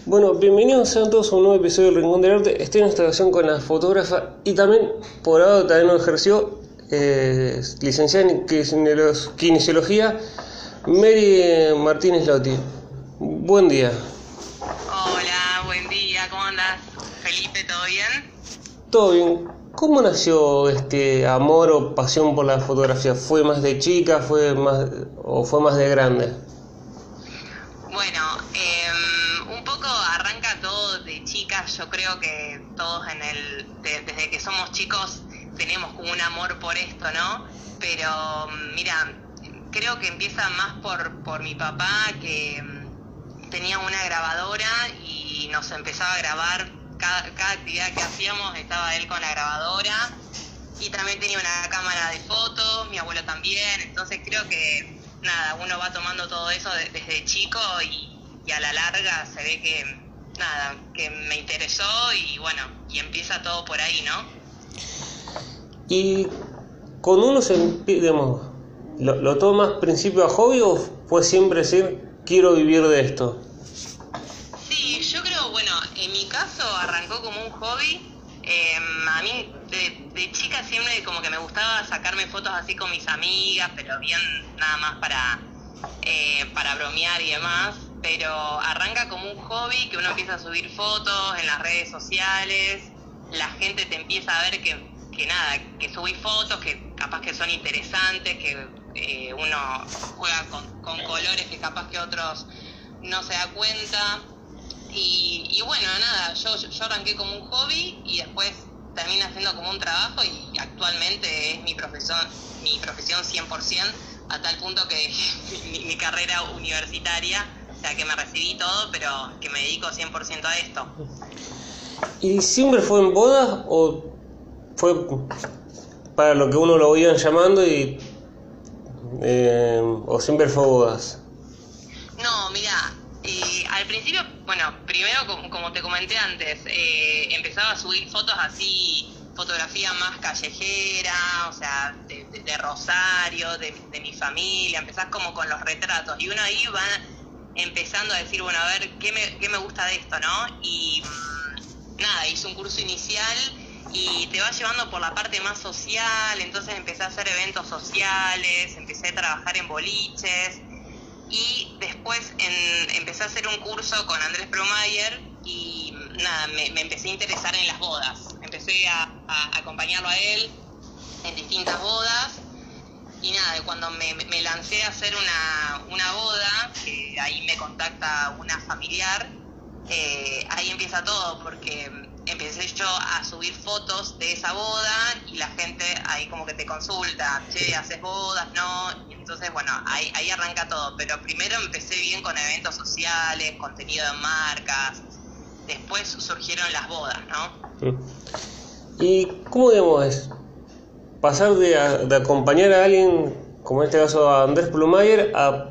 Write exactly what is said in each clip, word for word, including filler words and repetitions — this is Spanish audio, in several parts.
Bueno, bienvenidos sean todos a un nuevo episodio del Rincón del Arte. Estoy en esta ocasión con la fotógrafa y también, por ahora, también lo ejerció, eh, licenciada en Kinesiología, Mary Martínez Lotti. Buen día. Hola, buen día, ¿cómo andas? Felipe, ¿todo bien? Todo bien. ¿Cómo nació este amor o pasión por la fotografía? ¿Fue más de chica, fue más o fue más de grande? Bueno, eh, un poco arranca todo de chicas. Yo creo que todos en el de, desde que somos chicos tenemos como un amor por esto, ¿no? Pero mira, creo que empieza más por, por mi papá, que tenía una grabadora y nos empezaba a grabar. Cada, cada actividad que hacíamos estaba él con la grabadora, y también tenía una cámara de fotos, mi abuelo también. Entonces creo que nada, uno va tomando todo eso de, desde chico y, y a la larga se ve que nada, que me interesó y bueno, y empieza todo por ahí, ¿no? Y con uno se digamos, ¿lo, lo tomas principio a hobby o fue siempre decir quiero vivir de esto? Sí, yo creo, bueno, en mi caso arrancó como un hobby. Eh, a mí de, de chica siempre como que me gustaba sacarme fotos así con mis amigas, pero bien nada más para, eh, para bromear y demás. Pero arranca como un hobby, que uno empieza a subir fotos en las redes sociales, la gente te empieza a ver que, que nada, que subís fotos que capaz que son interesantes, que eh, uno juega con, con colores que capaz que otros no se da cuenta. Y, y bueno, nada, yo, yo arranqué como un hobby y después termina siendo como un trabajo, y actualmente es mi profesión, mi profesión cien por ciento, a tal punto que mi, mi carrera universitaria, o sea que me recibí todo, pero que me dedico cien por ciento a esto. ¿Y siempre fue en bodas o fue para lo que uno lo oían llamando y eh, o siempre fue bodas? No, mira, eh, al principio, bueno, primero como, como te comenté antes, eh, empezaba a subir fotos así, fotografía más callejera, o sea, de, de, de Rosario, de, de mi familia. Empezás como con los retratos y uno ahí va empezando a decir, bueno, a ver, ¿qué me, qué me gusta de esto, no? Y mmm, nada, hice un curso inicial y te va llevando por la parte más social. Entonces empecé a hacer eventos sociales, empecé a trabajar en boliches. Y después en, empecé a hacer un curso con Andrés Promayer y nada, me, me empecé a interesar en las bodas. Empecé a, a acompañarlo a él en distintas bodas. Y nada, cuando me, me lancé a hacer una, una boda, que ahí me contacta una familiar, eh, ahí empieza todo, porque empecé yo a subir fotos de esa boda y la gente ahí como que te consulta, che, ¿haces bodas? No. Y entonces, bueno, ahí, ahí arranca todo. Pero primero empecé bien con eventos sociales, contenido de marcas. Después surgieron las bodas, ¿no? ¿Y cómo, digamos, es pasar de, a, de acompañar a alguien, como en este caso a Andrés Plumayer, a,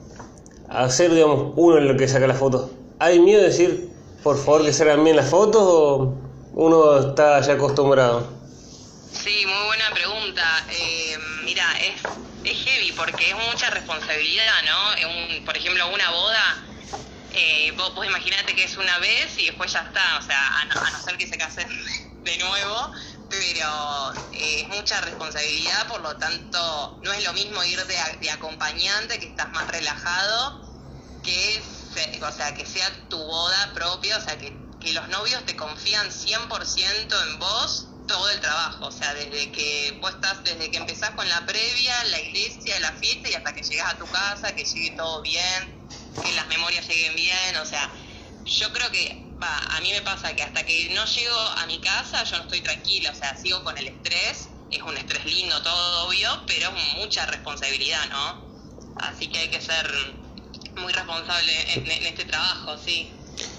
a ser, digamos, uno en lo que saca las fotos? ¿Hay miedo de decir, por favor, que salgan bien las fotos, o uno está ya acostumbrado? Sí, muy buena pregunta. Eh, mira, es, es heavy porque es mucha responsabilidad, ¿no? Un, por ejemplo, una boda, eh, vos, vos imaginate que es una vez y después ya está, o sea, a no, a no ser que se casen de nuevo, pero eh, es mucha responsabilidad. Por lo tanto, no es lo mismo ir de, de acompañante, que estás más relajado, que es, o sea, que sea tu boda propia, o sea, que, que los novios te confían cien por ciento en vos todo el trabajo, o sea, desde que vos estás, desde que empezás con la previa, la iglesia, la fiesta, y hasta que llegas a tu casa, que llegue todo bien, que las memorias lleguen bien. O sea, yo creo que, va, a mí me pasa que hasta que no llego a mi casa yo no estoy tranquila, o sea, sigo con el estrés. Es un estrés lindo, todo obvio, pero es mucha responsabilidad, ¿no? Así que hay que ser muy responsable en, en este trabajo, sí.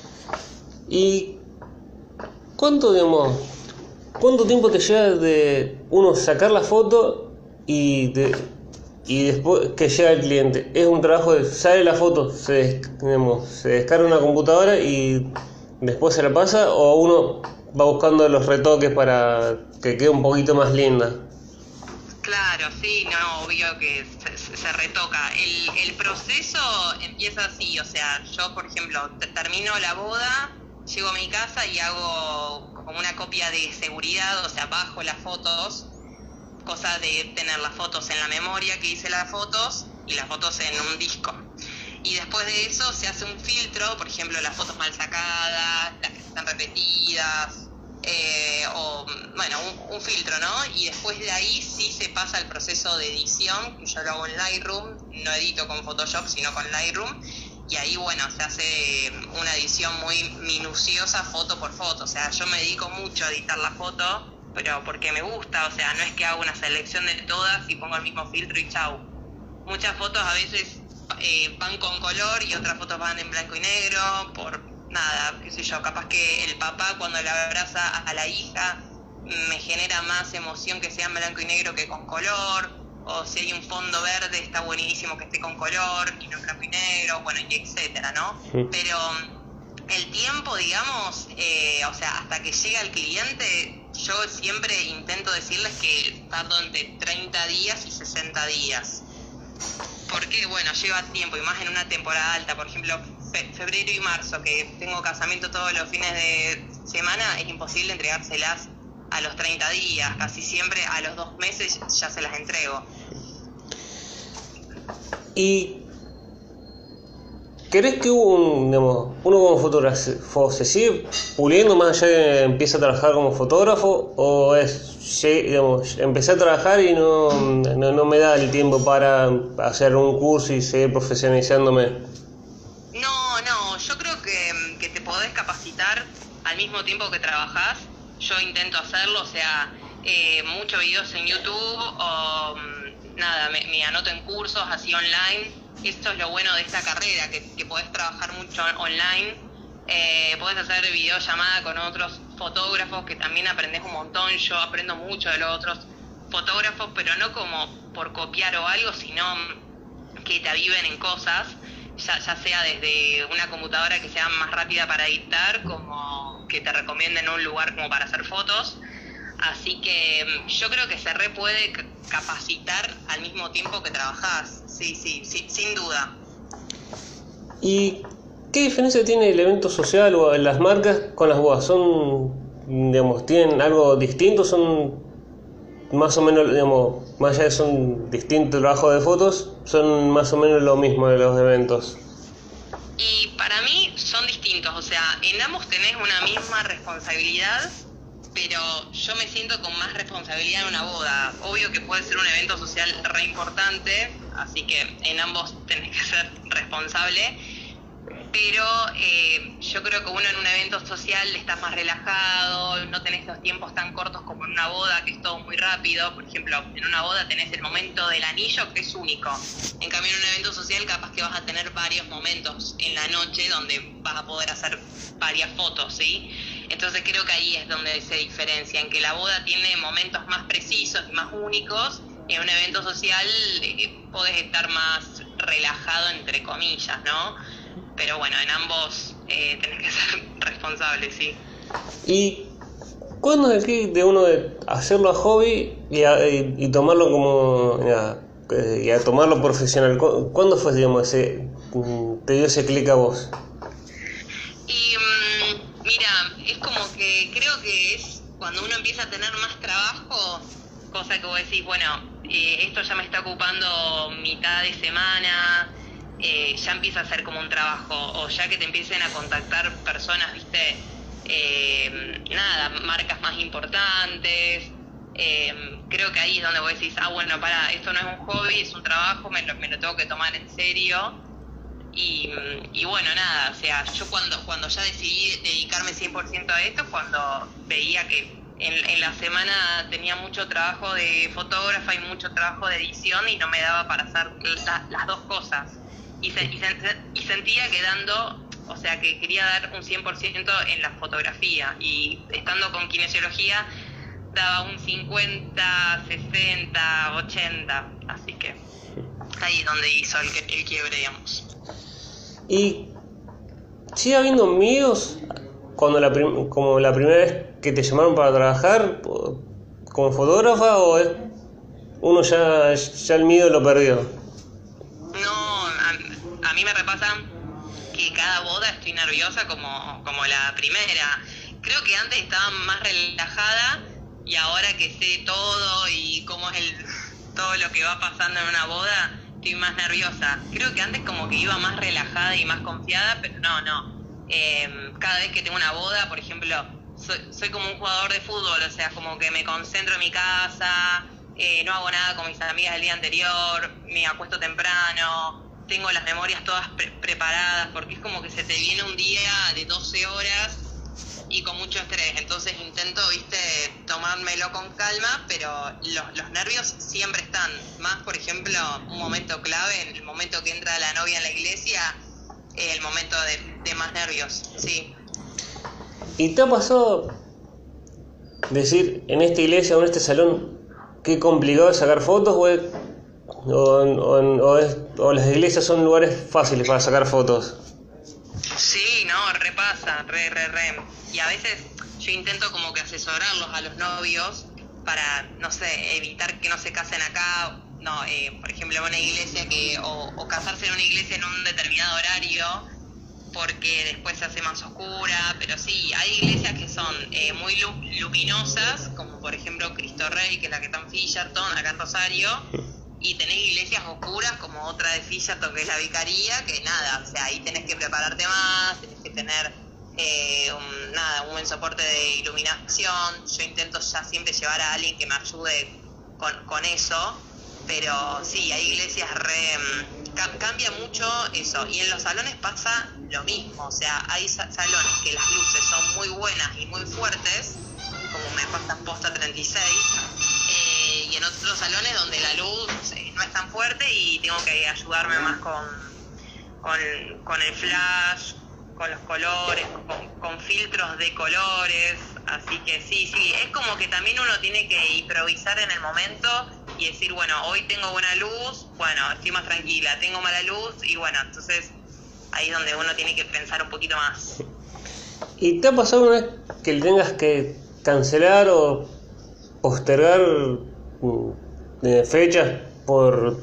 ¿Y cuánto, digamos, cuánto tiempo te lleva de uno sacar la foto y, de, y después que llega el cliente? ¿Es un trabajo de sale la foto, se, digamos, se descarga una computadora y después se la pasa, o uno va buscando los retoques para que quede un poquito más linda? Claro, sí, no, obvio que se retoca. El, el proceso empieza así, o sea, yo por ejemplo te, termino la boda, llego a mi casa y hago como una copia de seguridad, o sea, bajo las fotos, cosa de tener las fotos en la memoria que hice las fotos y las fotos en un disco. Y después de eso se hace un filtro, por ejemplo, las fotos mal sacadas, las que están repetidas, eh, o bueno, un, un filtro, ¿no? Y después de ahí sí se pasa al proceso de edición, que yo lo hago en Lightroom, no edito con Photoshop, sino con Lightroom, y ahí, bueno, se hace una edición muy minuciosa foto por foto, o sea, yo me dedico mucho a editar la foto, pero porque me gusta, o sea, no es que hago una selección de todas y pongo el mismo filtro y chau. Muchas fotos a veces eh, van con color y otras fotos van en blanco y negro, por nada, qué sé yo, capaz que el papá cuando le abraza a la hija me genera más emoción que sea en blanco y negro que con color, o si hay un fondo verde está buenísimo que esté con color y no en blanco y negro, bueno, y etcétera, ¿no? Sí. Pero el tiempo, digamos, eh, o sea, hasta que llega el cliente, yo siempre intento decirles que tardo entre treinta días y sesenta días. Porque, bueno, lleva tiempo, y más en una temporada alta, por ejemplo, fe febrero y marzo, que tengo casamiento todos los fines de semana, es imposible entregárselas a los treinta días, casi siempre a los dos meses ya se las entrego. ¿Y crees que un, digamos, uno como fotógrafo se sigue puliendo más allá de que empieza a trabajar como fotógrafo, o es, digamos, empecé a trabajar y no, no, no me da el tiempo para hacer un curso y seguir profesionalizándome? No, no, yo creo que, que te podés capacitar al mismo tiempo que trabajás. Yo intento hacerlo, o sea, eh, muchos videos en YouTube o nada, me, me anoto en cursos así online. Esto es lo bueno de esta carrera, que, que podés trabajar mucho online, eh, podés hacer videollamada con otros fotógrafos que también aprendés un montón. Yo aprendo mucho de los otros fotógrafos, pero no como por copiar o algo, sino que te aviven en cosas, ya, ya sea desde una computadora que sea más rápida para editar, como que te recomienden un lugar como para hacer fotos. Así que yo creo que se re puede capacitar al mismo tiempo que trabajás, sí, sí, sí, sin duda. ¿Y qué diferencia tiene el evento social o las marcas con las bodas? ¿Son, digamos, tienen algo distinto? ¿Son más o menos, digamos, más allá de son distintos trabajos de fotos, son más o menos lo mismo de los eventos? Y para mí son distintos, o sea, en ambos tenés una misma responsabilidad, pero yo me siento con más responsabilidad en una boda. Obvio que puede ser un evento social re importante, así que en ambos tenés que ser responsable, pero eh, yo creo que uno en un evento social estás más relajado, no tenés los tiempos tan cortos como en una boda, que es todo muy rápido. Por ejemplo, en una boda tenés el momento del anillo, que es único. En cambio, en un evento social capaz que vas a tener varios momentos en la noche donde vas a poder hacer varias fotos, ¿sí? Entonces creo que ahí es donde se diferencia, en que la boda tiene momentos más precisos y más únicos. En un evento social eh, podés estar más relajado, entre comillas, ¿no? Pero bueno, en ambos eh, tenés que ser responsable, sí. ¿Y cuándo es el clic de uno de hacerlo a hobby y, a, y, y tomarlo como ya, y a tomarlo profesional? ¿Cuándo fue, digamos, ese, te dio ese clic a vos? Y um, mira, es como que creo que es cuando uno empieza a tener más trabajo, cosa que vos decís, bueno, eh, esto ya me está ocupando mitad de semana. Eh, ya empieza a ser como un trabajo, o ya que te empiecen a contactar personas, viste, eh, nada, marcas más importantes. Eh, creo que ahí es donde vos decís, ah, bueno, pará, esto no es un hobby, es un trabajo, me lo, me lo tengo que tomar en serio. Y, y bueno, nada, o sea, yo cuando, cuando ya decidí dedicarme cien por ciento a esto, cuando veía que en, en la semana tenía mucho trabajo de fotógrafa y mucho trabajo de edición y no me daba para hacer la, las dos cosas. Y, se, y, se, y sentía que dando, o sea, que quería dar un cien por ciento en la fotografía, y estando con kinesiología daba un cincuenta, sesenta, ochenta, así que ahí es donde hizo el, el quiebre, digamos. ¿Y sigue habiendo miedos cuando la prim- como la primera vez que te llamaron para trabajar como fotógrafa, o es, uno ya, ya el miedo lo perdió? a mí me repasa que cada boda estoy nerviosa como, como la primera. Creo que antes estaba más relajada y ahora que sé todo y cómo es el todo lo que va pasando en una boda, estoy más nerviosa. Creo que antes como que iba más relajada y más confiada, pero no, no. Eh, cada vez que tengo una boda, por ejemplo, soy, soy como un jugador de fútbol, o sea, como que me concentro en mi casa, eh, no hago nada con mis amigas del día anterior, me acuesto temprano, tengo las memorias todas pre- preparadas, porque es como que se te viene un día de doce horas y con mucho estrés, entonces intento, viste, tomármelo con calma, pero los, los nervios siempre están, más por ejemplo, un momento clave, en el momento que entra la novia en la iglesia, eh, el momento de, de más nervios, sí. ¿Y te ha pasado decir en esta iglesia o en este salón qué complicado es sacar fotos o, es, o, o, o, es, o las iglesias son lugares fáciles para sacar fotos? Sí, no, repasa, re, re, re. Y a veces yo intento como que asesorarlos a los novios para, no sé, evitar que no se casen acá, no, eh, por ejemplo, en una iglesia que, o, o casarse en una iglesia en un determinado horario, porque después se hace más oscura, pero sí, hay iglesias que son eh, muy lu- luminosas, como por ejemplo Cristo Rey, que es la que está en Fisherton, acá en Rosario, y tenés iglesias oscuras como otra de Fisherton, que es la Vicaría, que nada, o sea, ahí tenés que prepararte más, tenés que tener eh, un, nada, un buen soporte de iluminación. Yo intento ya siempre llevar a alguien que me ayude con, con eso, pero sí, hay iglesias re... Ca- cambia mucho eso, y en los salones pasa lo mismo, o sea, hay sa- salones que las luces son muy buenas y muy fuertes, como me pasa en Posta treinta y seis, eh, y en otros salones donde la luz eh, no es tan fuerte y tengo que ayudarme más con, con, con el flash, con los colores, con, con filtros de colores, así que sí, sí, es como que también uno tiene que improvisar en el momento y decir, bueno, hoy tengo buena luz, bueno, estoy más tranquila, tengo mala luz, y bueno, entonces ahí es donde uno tiene que pensar un poquito más. ¿Y te ha pasado una vez que le tengas que cancelar o postergar mm, fechas por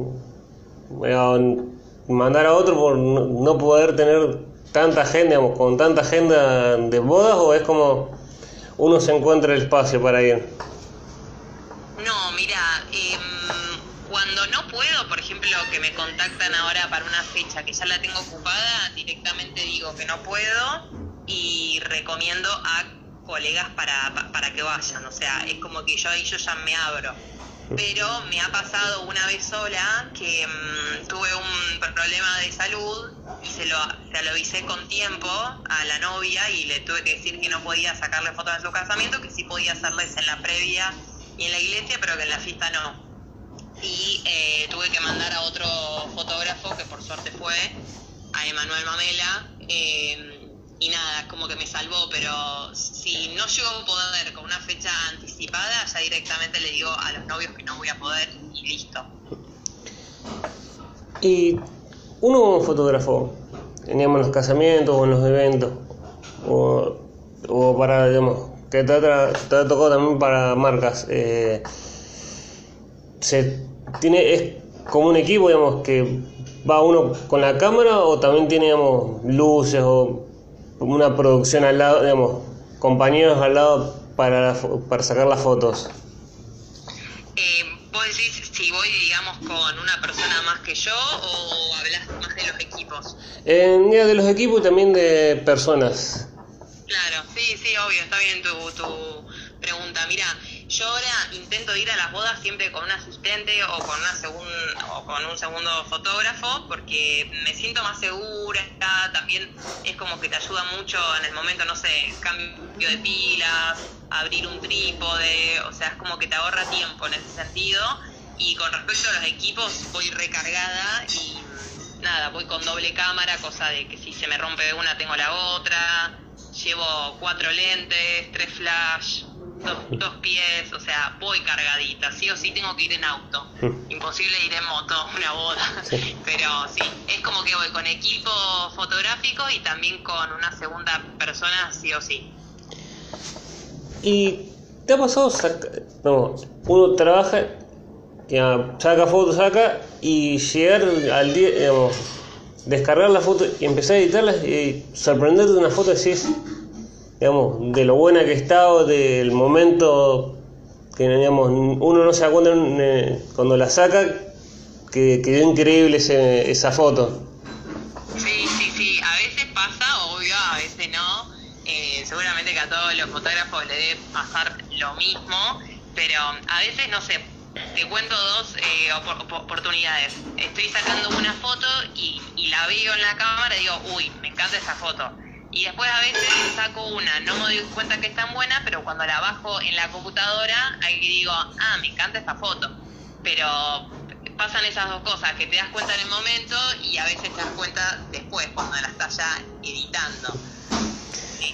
eh, mandar a otro por no, no poder tener tanta agenda, digamos, con tanta agenda de bodas, o es como uno se encuentra el espacio para ir? No, mira, eh, cuando no puedo, por ejemplo, que me contactan ahora para una fecha que ya la tengo ocupada, directamente digo que no puedo y recomiendo a colegas para, pa, para que vayan, o sea, es como que yo ahí yo ya me abro. Pero me ha pasado una vez sola que mmm, tuve un problema de salud y se lo, se lo avisé con tiempo a la novia y le tuve que decir que no podía sacarle fotos de su casamiento, que sí podía hacerles en la previa y en la iglesia, pero que en la fiesta no. Y eh, tuve que mandar a otro fotógrafo, que por suerte fue, a Emanuel Mamela, eh, y nada, como que me salvó, pero si no llego a poder con una fecha anticipada, ya directamente le digo a los novios que no voy a poder y listo. Y uno como fotógrafo, digamos, en los casamientos o en los eventos, o, o para, digamos, que te ha, te ha tocado también para marcas, eh, se tiene, es como un equipo, digamos, que va uno con la cámara, o también tiene, digamos, luces o una producción al lado, digamos, compañeros al lado para, para sacar las fotos. Eh, ¿Vos decís si voy, digamos, con una persona más que yo o hablas más de los equipos? Eh, de los equipos y también de personas. Claro, sí, sí, obvio, está bien tu, tu pregunta. Mira, yo ahora intento ir a las bodas siempre con un asistente o con una segun, o con un segundo fotógrafo, porque me siento más segura. También es como que te ayuda mucho en el momento, no sé, cambio de pilas, abrir un trípode, o sea, es como que te ahorra tiempo en ese sentido. Y con respecto a los equipos, voy recargada y nada, voy con doble cámara, cosa de que si se me rompe una tengo la otra. Llevo cuatro lentes, tres flash, dos, dos pies, o sea, voy cargadita. Sí o sí tengo que ir en auto. Imposible ir en moto, una boda. Sí. Pero sí, es como que voy con equipo fotográfico y también con una segunda persona, sí o sí. ¿Y te ha pasado, saca, no, uno trabaja, ya, saca fotos, saca, y llegar al día, digamos, descargar la foto y empezar a editarlas y sorprenderte de una foto, decís, digamos, de lo buena que está o del momento que, digamos, uno no se da cuenta eh, cuando la saca, que quedó increíble ese, esa foto. Sí, sí, sí, a veces pasa, obvio, a veces no. Eh, seguramente que a todos los fotógrafos les debe pasar lo mismo, pero a veces, no sé, te cuento dos eh, op- oportunidades. Estoy sacando una foto y, y la veo en la cámara y digo, uy, me encanta esa foto. Y después a veces saco una, no me doy cuenta que es tan buena, pero cuando la bajo en la computadora, ahí digo, ah, me encanta esta foto. Pero pasan esas dos cosas, que te das cuenta en el momento y a veces te das cuenta después, cuando la estás ya editando. Sí.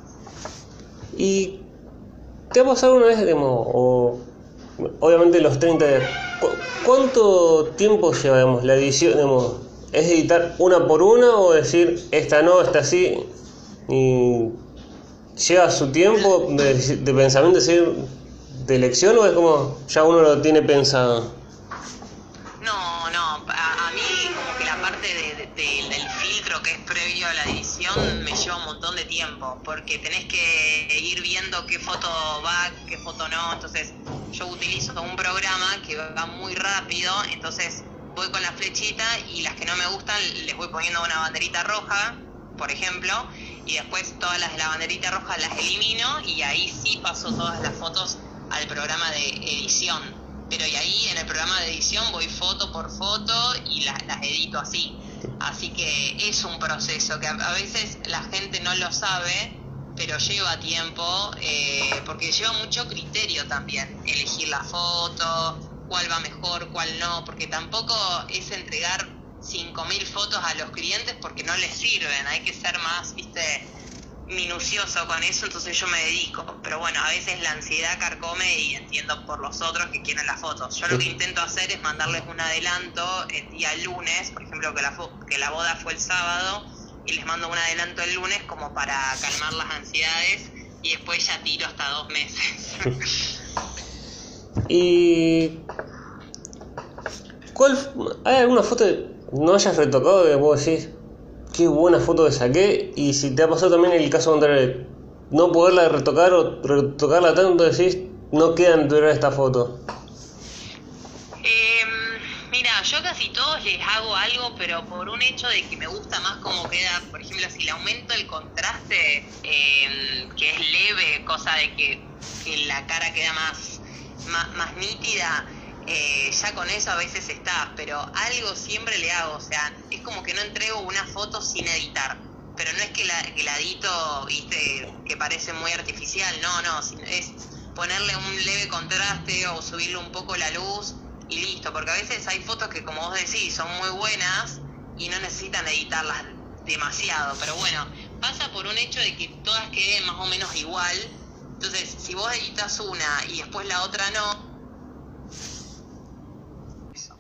¿Y te ha pasado una vez, digamos, o obviamente los treinta, ¿cu- ¿cuánto tiempo lleva, digamos, la edición, digamos, es editar una por una o decir, esta no, esta sí, y lleva su tiempo de, de pensamiento, decir, de elección, o es como ya uno lo tiene pensado? No, no, a, a mí como que la parte de, de- de- del filtro que es previo a la edición me lleva un montón de tiempo, porque tenés que ir viendo qué foto va, qué foto no. Entonces yo utilizo un programa que va muy rápido, entonces voy con la flechita y las que no me gustan les voy poniendo una banderita roja, por ejemplo, y después todas las de la banderita roja las elimino y ahí sí paso todas las fotos al programa de edición. Pero y ahí en el programa de edición voy foto por foto y la- las edito así. Así que es un proceso que a, a veces la gente no lo sabe, pero lleva tiempo, eh, porque lleva mucho criterio también, elegir la foto, cuál va mejor, cuál no, porque tampoco es entregar cinco mil fotos a los clientes porque no les sirven, hay que ser más, viste, minucioso con eso, entonces yo me dedico. Pero bueno, a veces la ansiedad carcome y entiendo por los otros que quieren las fotos. Yo lo que intento hacer es mandarles un adelanto el día lunes, por ejemplo, que la, fo- que la boda fue el sábado, y les mando un adelanto el lunes como para calmar las ansiedades y después ya tiro hasta dos meses. ¿Y cuál, hay alguna foto que no hayas retocado que vos decís, qué buena foto que saqué? Y si te ha pasado también el caso contrario, de no poderla retocar o retocarla tanto, decís, no queda natural esta foto. Eh, mira, yo casi todos les hago algo, pero por un hecho de que me gusta más cómo queda. Por ejemplo, si le aumento el contraste, eh, que es leve, cosa de que, que la cara queda más, más, más nítida, eh, ya con eso a veces está, pero algo siempre le hago. O sea, es como que no entrego una foto sin editar. Pero no es que la, que la edito, viste, que parece muy artificial, no, no, es ponerle un leve contraste o subirle un poco la luz y listo, porque a veces hay fotos que, como vos decís, son muy buenas y no necesitan editarlas demasiado, pero bueno, pasa por un hecho de que todas queden más o menos igual. Entonces, si vos editas una y después la otra no, eso.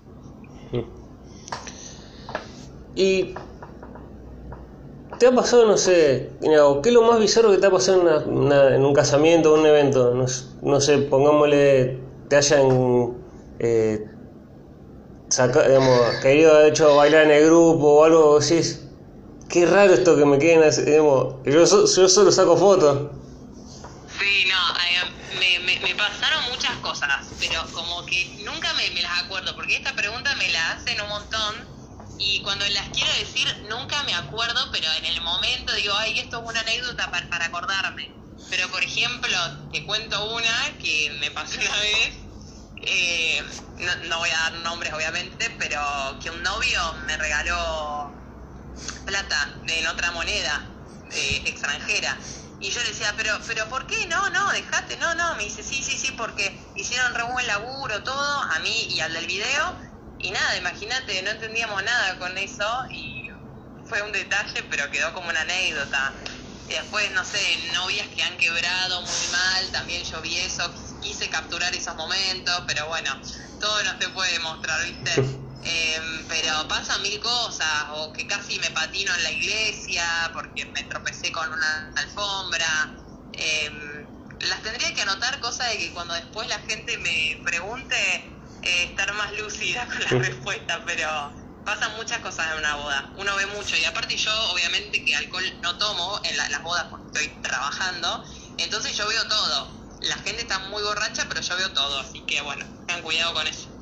Y ¿te ha pasado, no sé, o qué es lo más bizarro que te ha pasado en, una, una- en un casamiento o un evento? No, s- no sé, pongámosle, te hayan eh, saca- digamos, querido haber hecho bailar en el grupo o algo, decís, qué raro esto que me queden así, digamos, yo, so- yo solo saco fotos. Sí, no, eh, me, me, me pasaron muchas cosas, pero como que nunca me, me las acuerdo, porque esta pregunta me la hacen un montón y cuando las quiero decir nunca me acuerdo, pero en el momento digo, ay, esto es una anécdota para, para acordarme. Pero por ejemplo, te cuento una que me pasó una vez, eh, no, no voy a dar nombres obviamente, pero que un novio me regaló plata en otra moneda eh, extranjera. Y yo le decía, pero pero ¿por qué? No, no, dejate, no, no. Me dice, sí, sí, sí, porque hicieron re buen laburo, todo, a mí y al del video. Y nada, imagínate, no entendíamos nada con eso y fue un detalle, pero quedó como una anécdota. Y después, no sé, novias que han quebrado muy mal, también yo vi eso, quise capturar esos momentos, pero bueno, todo no se puede mostrar, ¿viste? Eh, pero pasan mil cosas, o que casi me patino en la iglesia porque me tropecé con una alfombra. Eh, las tendría que anotar, cosa de que cuando después la gente me pregunte, eh, estar más lúcida con la respuesta, pero pasan muchas cosas en una boda, uno ve mucho, y aparte yo obviamente que alcohol no tomo en la, las bodas porque estoy trabajando, entonces yo veo todo, la gente está muy borracha pero yo veo todo, así que bueno, tengan cuidado con eso.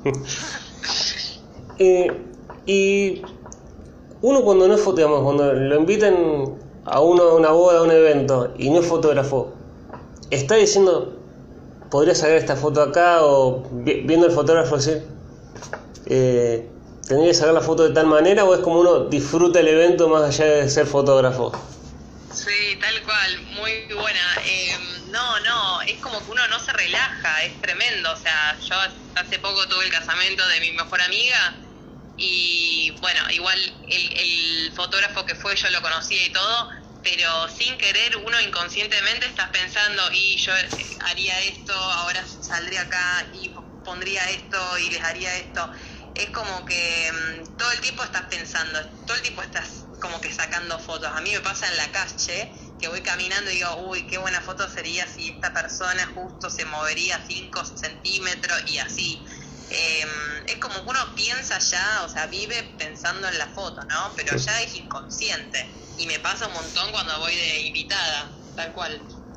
eh, y uno cuando no es fotógrafo, digamos, cuando lo invitan a uno a una boda, a un evento y no es fotógrafo, está diciendo, podría sacar esta foto acá, o viendo el fotógrafo decir, eh, ¿tendría que sacar la foto de tal manera, o es como uno disfruta el evento más allá de ser fotógrafo? Sí, tal cual, muy buena. Eh, no, no, es como que uno no se relaja, es tremendo. O sea, yo hace poco tuve el casamiento de mi mejor amiga y bueno, igual el, el fotógrafo que fue yo lo conocía y todo, pero sin querer uno inconscientemente estás pensando, y yo haría esto, ahora saldría acá y pondría esto y les haría esto. Es como que um, todo el tiempo estás pensando, todo el tiempo estás como que sacando fotos. A mí me pasa en la calle que voy caminando y digo, uy, qué buena foto sería si esta persona justo se movería cinco centímetros y así. Eh, es como que uno piensa ya, o sea, vive pensando en la foto, ¿no? Pero ya es inconsciente. Y me pasa un montón cuando voy de invitada, tal cual.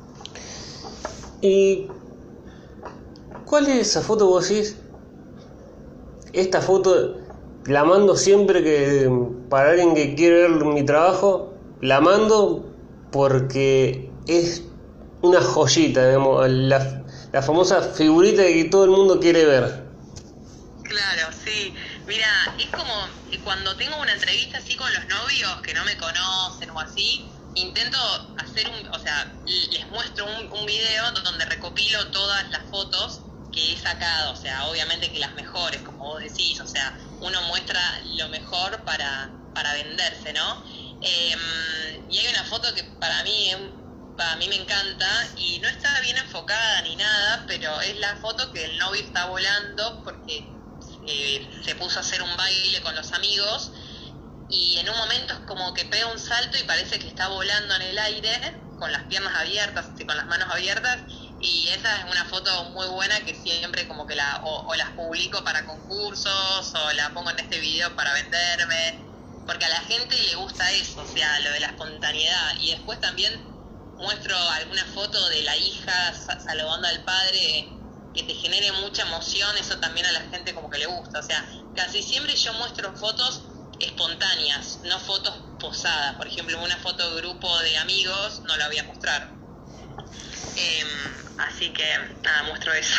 ¿Y cuál es esa foto vos decís? Esta foto la mando siempre que, para alguien que quiere ver mi trabajo, la mando porque es una joyita, digamos, la, la famosa figurita que todo el mundo quiere ver. Claro, sí. Mira, es como cuando tengo una entrevista así con los novios que no me conocen o así, intento hacer un, o sea, les muestro un, un video donde recopilo todas las fotos que he sacado, o sea, obviamente que las mejores, como vos decís, o sea, uno muestra lo mejor para, para venderse, ¿no? Eh, y hay una foto que para mí, para mí me encanta y no está bien enfocada ni nada, pero es la foto que el novio está volando porque eh, se puso a hacer un baile con los amigos y en un momento es como que pega un salto y parece que está volando en el aire con las piernas abiertas y con las manos abiertas. Y esa es una foto muy buena que siempre como que la o, o las publico para concursos o la pongo en este video para venderme, porque a la gente le gusta eso, o sea, lo de la espontaneidad. Y después también muestro alguna foto de la hija saludando al padre que te genere mucha emoción, eso también a la gente como que le gusta. O sea, casi siempre yo muestro fotos espontáneas, no fotos posadas. Por ejemplo, una foto de grupo de amigos no la voy a mostrar. Eh, así que nada, muestro eso.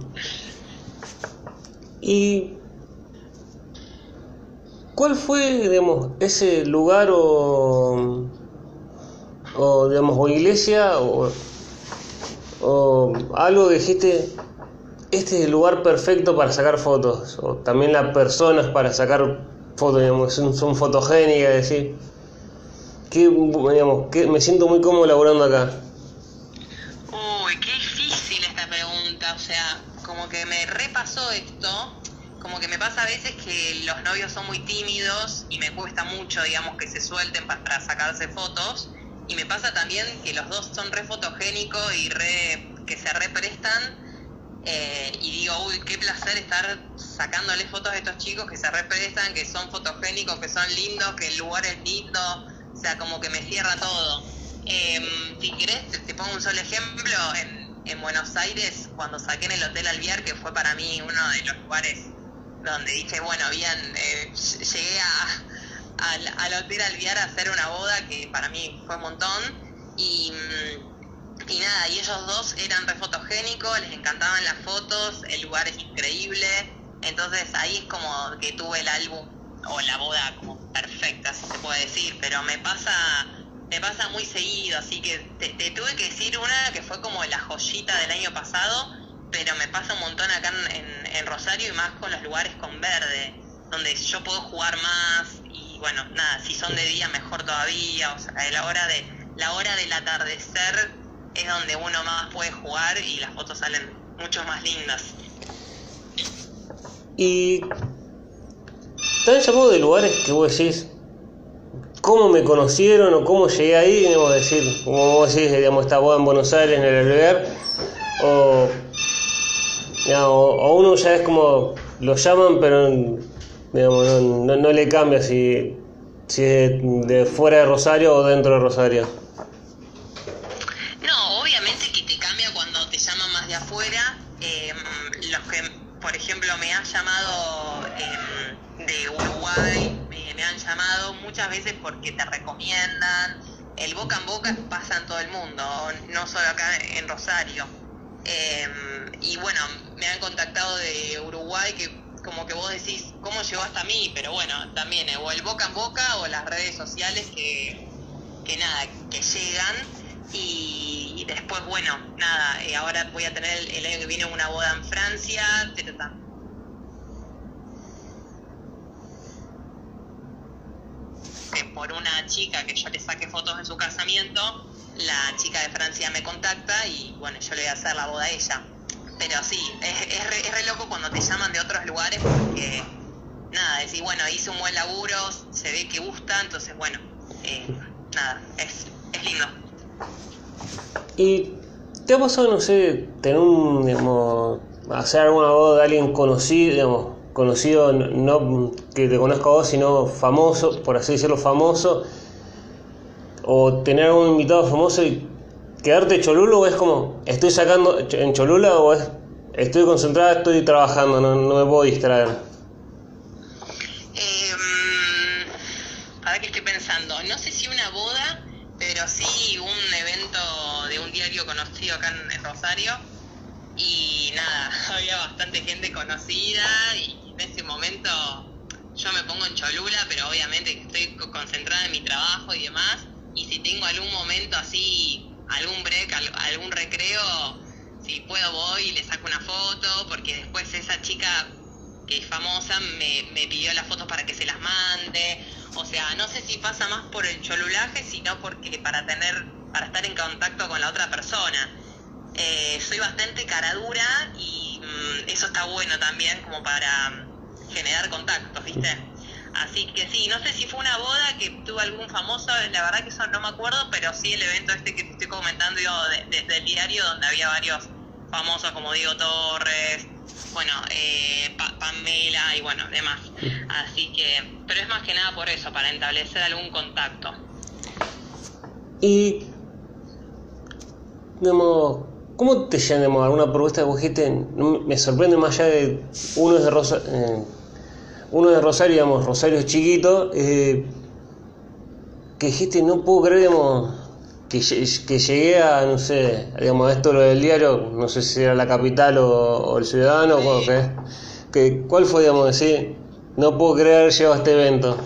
¿Y cuál fue, digamos, ese lugar o, o digamos, o iglesia o, o algo que dijiste, este es el lugar perfecto para sacar fotos, o también las personas para sacar fotos, digamos, son, son fotogénicas, decir, que, digamos, que me siento muy cómodo laburando acá? Uy, qué difícil esta pregunta, o sea, como que me repasó esto, como que me pasa a veces que los novios son muy tímidos y me cuesta mucho, digamos, que se suelten para sacarse fotos, y me pasa también que los dos son re fotogénicos y re, que se represtan, eh, y digo, uy, qué placer estar sacándole fotos a estos chicos que se represtan, que son fotogénicos, que son lindos, que el lugar es lindo, o sea, como que me cierra todo. Eh, si querés, te, te pongo un solo ejemplo. En, en Buenos Aires, cuando saqué en el Hotel Alvear, que fue para mí uno de los lugares donde dije, bueno, bien, eh, llegué a, al, al Hotel Alvear a hacer una boda que para mí fue un montón. Y, y nada, y ellos dos eran re fotogénicos, les encantaban las fotos, el lugar es increíble. Entonces ahí es como que tuve el álbum o la boda como perfecta, si se puede decir, pero me pasa... Me pasa muy seguido, así que te, te tuve que decir una que fue como la joyita del año pasado, pero me pasa un montón acá en, en, en Rosario, y más con los lugares con verde, donde yo puedo jugar más, y bueno, nada, si son de día mejor todavía, o sea, la hora de la hora del atardecer es donde uno más puede jugar y las fotos salen mucho más lindas. Y ¿están llamados de lugares que vos decís cómo me conocieron o cómo llegué ahí? Digamos, decir, como vos decís, digamos, esta boda en Buenos Aires, en el Alvear, o, digamos, o uno ya es como lo llaman, pero digamos, no, no, no le cambia si, si es de fuera de Rosario o dentro de Rosario. No, obviamente que te cambia cuando te llaman más de afuera. Eh, los que, por ejemplo, me han llamado eh, de Uruguay, me, me han llamado muchas veces porque te recomiendan. El boca en boca pasa en todo el mundo, no solo acá en Rosario. Eh, y bueno, me han contactado de Uruguay que como que vos decís, ¿cómo llegó hasta mí? Pero bueno, también, eh, o el boca en boca o las redes sociales que, que nada, que llegan. Y, y después, bueno, nada, eh, ahora voy a tener el, el año que viene una boda en Francia, ta, por una chica que yo le saque fotos de su casamiento, la chica de Francia me contacta y bueno, yo le voy a hacer la boda a ella. Pero sí, es, es, re, es re loco cuando te llaman de otros lugares porque, nada, decís, bueno, hice un buen laburo, se ve que gusta, entonces bueno, eh, nada, es, es lindo. ¿Y te ha pasado, no sé, tener un, digamos, hacer alguna boda de alguien conocido, digamos, conocido, no que te conozca a vos, sino famoso, por así decirlo, famoso, o tener algún invitado famoso y quedarte cholulo, o es como, estoy sacando en Cholula, o es, estoy concentrada, estoy trabajando, no, no me puedo distraer? Eh, para que estoy pensando, no sé si una boda, pero sí un evento de un diario conocido acá en, en Rosario, y nada, había bastante gente conocida y en ese momento yo me pongo en Cholula, pero obviamente estoy concentrada en mi trabajo y demás, y si tengo algún momento así, algún break, algún recreo, si puedo voy y le saco una foto, porque después esa chica que es famosa me, me pidió las fotos para que se las mande. O sea, no sé si pasa más por el cholulaje, sino porque para tener, para estar en contacto con la otra persona. Eh, soy bastante caradura y mmm, eso está bueno también como para um, generar contactos, ¿viste? Así que sí, no sé si fue una boda que tuvo algún famoso, la verdad que eso no me acuerdo, pero sí el evento este que te estoy comentando yo de, de, del diario, donde había varios famosos como Diego Torres, bueno, eh, pa Pamela y bueno, demás. Así que, pero es más que nada por eso, para establecer algún contacto. Y, digamos, ¿cómo te llamamos alguna propuesta que dijiste? Me sorprende más allá de uno es de Rosa, eh, uno de Rosario, digamos, Rosario es chiquito, eh, que dijiste, no puedo creer, digamos, que, que llegué a, no sé, digamos, esto lo del diario, no sé si era La Capital o, o El Ciudadano, sí. ¿Qué? Que, ¿cuál fue, digamos, decir, no puedo creer haber llegado a este evento?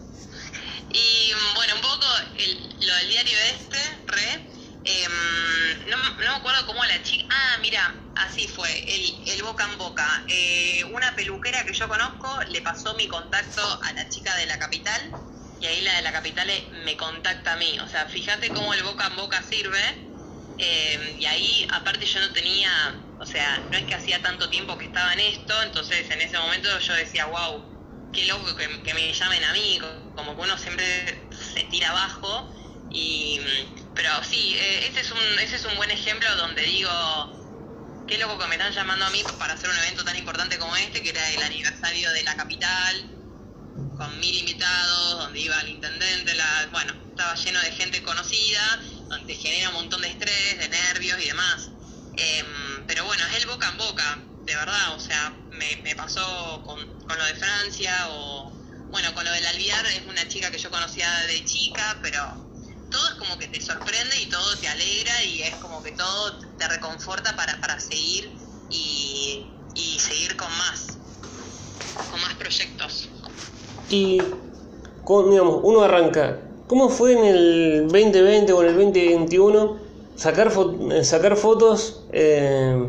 Y bueno, un poco el, lo del diario este, re, eh, no, no me acuerdo cómo la chica, ah, mira, así fue, el, el boca en boca. Eh, una peluquera que yo conozco le pasó mi contacto a la chica de La Capital y ahí la de La Capital me contacta a mí. O sea, fíjate cómo el boca en boca sirve. Eh, y ahí, aparte yo no tenía, o sea, no es que hacía tanto tiempo que estaba en esto, entonces en ese momento yo decía, wow, qué loco que, que me llamen a mí, como que uno siempre se tira abajo. Y, pero sí, eh, ese es un, ese es un buen ejemplo donde digo, qué loco que me están llamando a mí para hacer un evento tan importante como este, que era el aniversario de La Capital, con mil invitados, donde iba el intendente, la, bueno, estaba lleno de gente conocida, donde genera un montón de estrés, de nervios y demás. Eh, pero bueno, es el boca en boca, de verdad, o sea, me, me pasó con, con lo de Francia, o bueno, con lo del Alviar, es una chica que yo conocía de chica, pero todo es como que te sorprende y todo te alegra y es como que todo te reconforta para, para seguir y, y seguir con más, con más proyectos. Y, con, digamos, uno arranca, ¿cómo fue en el veinte veinte o en el veinte veintiuno sacar, fo sacar fotos eh,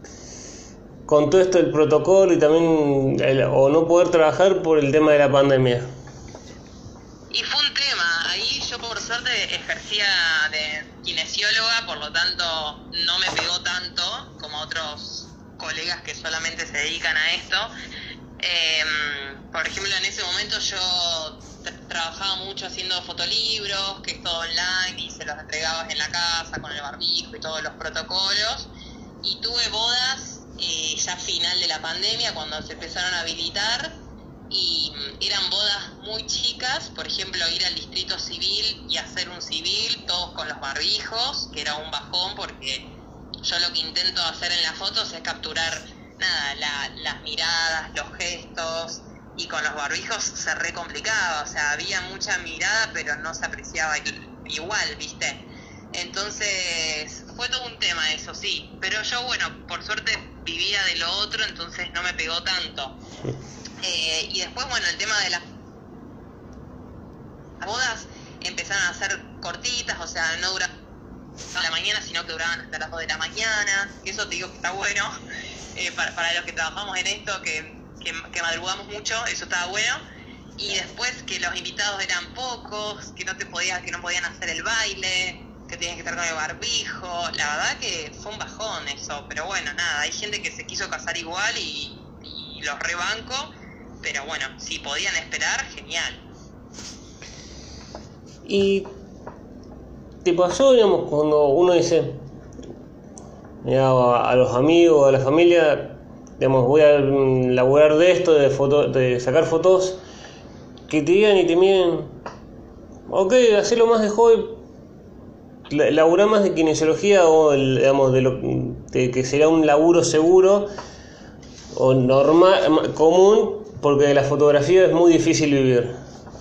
con todo esto del protocolo y también el, o no poder trabajar por el tema de la pandemia? Y fue un tema, ahí yo por suerte ejercía de kinesióloga, por lo tanto no me pegó tanto como otros colegas que solamente se dedican a esto. Eh, por ejemplo, en ese momento yo tra trabajaba mucho haciendo fotolibros, que es todo online y se los entregabas en la casa con el barbijo y todos los protocolos. Y tuve bodas eh, ya final de la pandemia, cuando se empezaron a habilitar. y eran bodas muy chicas, por ejemplo, ir al distrito civil y hacer un civil, todos con los barbijos, que era un bajón porque yo lo que intento hacer en las fotos es capturar, nada, la, las miradas, los gestos, y con los barbijos se re complicaba, o sea, había mucha mirada pero no se apreciaba igual, ¿viste? Entonces fue todo un tema eso, sí, pero yo, bueno, por suerte vivía de lo otro, entonces no me pegó tanto. Eh, y después, bueno, el tema de las bodas empezaron a ser cortitas, o sea, no duraban a la mañana, sino que duraban hasta las dos de la mañana, y eso te digo que está bueno, eh, para, para los que trabajamos en esto, que, que, que madrugamos mucho, eso estaba bueno. Y después que los invitados eran pocos, que no te podías, que no podían hacer el baile, que tenías que estar con el barbijo, la verdad que fue un bajón eso, pero bueno, nada, hay gente que se quiso casar igual y, y los rebanco, pero bueno, si podían esperar, genial. Y te pasó, digamos, cuando uno dice, mira, a, a los amigos, a la familia, digamos, voy a laburar de esto, de foto, de sacar fotos, que te digan y te miren, ok, hacelo más de hobby, laburar más de kinesiología o, el, digamos, de lo de que será un laburo seguro o normal, común, porque de la fotografía es muy difícil vivir.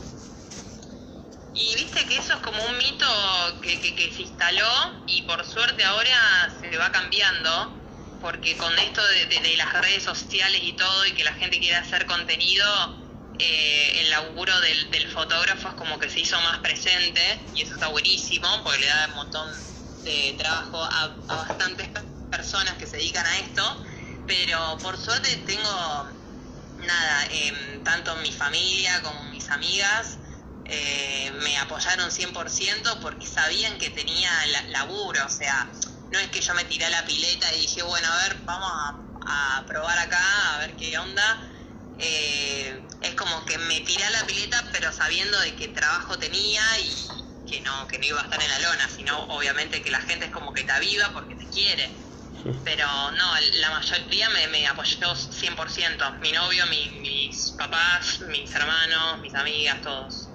Y viste que eso es como un mito que, que, que se instaló y por suerte ahora se va cambiando, porque con esto de, de, de las redes sociales y todo y que la gente quiere hacer contenido, eh, el laburo del, del fotógrafo es como que se hizo más presente y eso está buenísimo porque le da un montón de trabajo a, a bastantes personas que se dedican a esto, pero por suerte tengo, nada, eh, tanto mi familia como mis amigas eh, me apoyaron cien por ciento porque sabían que tenía la, laburo, o sea, no es que yo me tiré a la pileta y dije, bueno, a ver, vamos a, a probar acá, a ver qué onda. Eh, es como que me tiré a la pileta pero sabiendo de qué trabajo tenía y que no, que no iba a estar en la lona, sino obviamente que la gente es como que te aviva porque te quiere, pero no, la mayoría me, me apoyó cien por ciento, mi novio, mi, mis papás, mis hermanos, mis amigas, todos.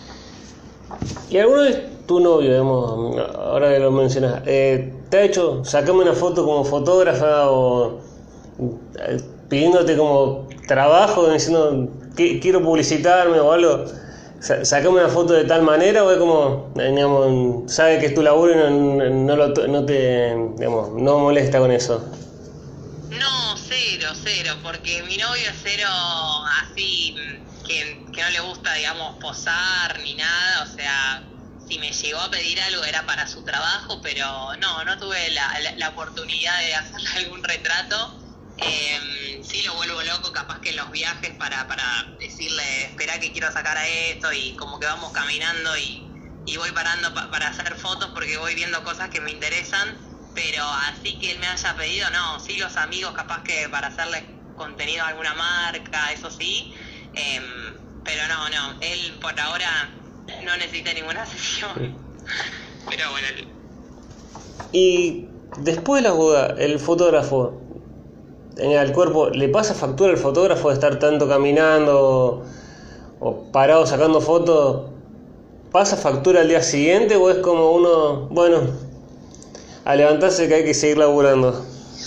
¿Y alguna vez tu novio, digamos, ahora que lo mencionas, eh, te ha hecho, sacame una foto como fotógrafa o eh, pidiéndote como trabajo, diciendo que quiero publicitarme o algo, sacame una foto de tal manera, o es como, digamos, sabe que es tu laburo y no, no, lo, no te, digamos, no molesta con eso? No, cero, cero, porque mi novio es cero así, que, que no le gusta, digamos, posar ni nada, o sea, si me llegó a pedir algo era para su trabajo, pero no, no tuve la, la, la oportunidad de hacerle algún retrato. Eh, sí lo vuelvo loco capaz que en los viajes para, para decirle, espera que quiero sacar a esto, y como que vamos caminando y, y voy parando pa, para hacer fotos porque voy viendo cosas que me interesan, pero así que él me haya pedido, no, sí los amigos capaz que para hacerle contenido a alguna marca, eso sí, eh, pero no, no, él por ahora no necesita ninguna sesión, pero bueno. Y después de la boda, el fotógrafo, el cuerpo, ¿le pasa factura al fotógrafo de estar tanto caminando o parado sacando fotos? ¿Pasa factura al día siguiente o es como uno, bueno, a levantarse que hay que seguir laburando?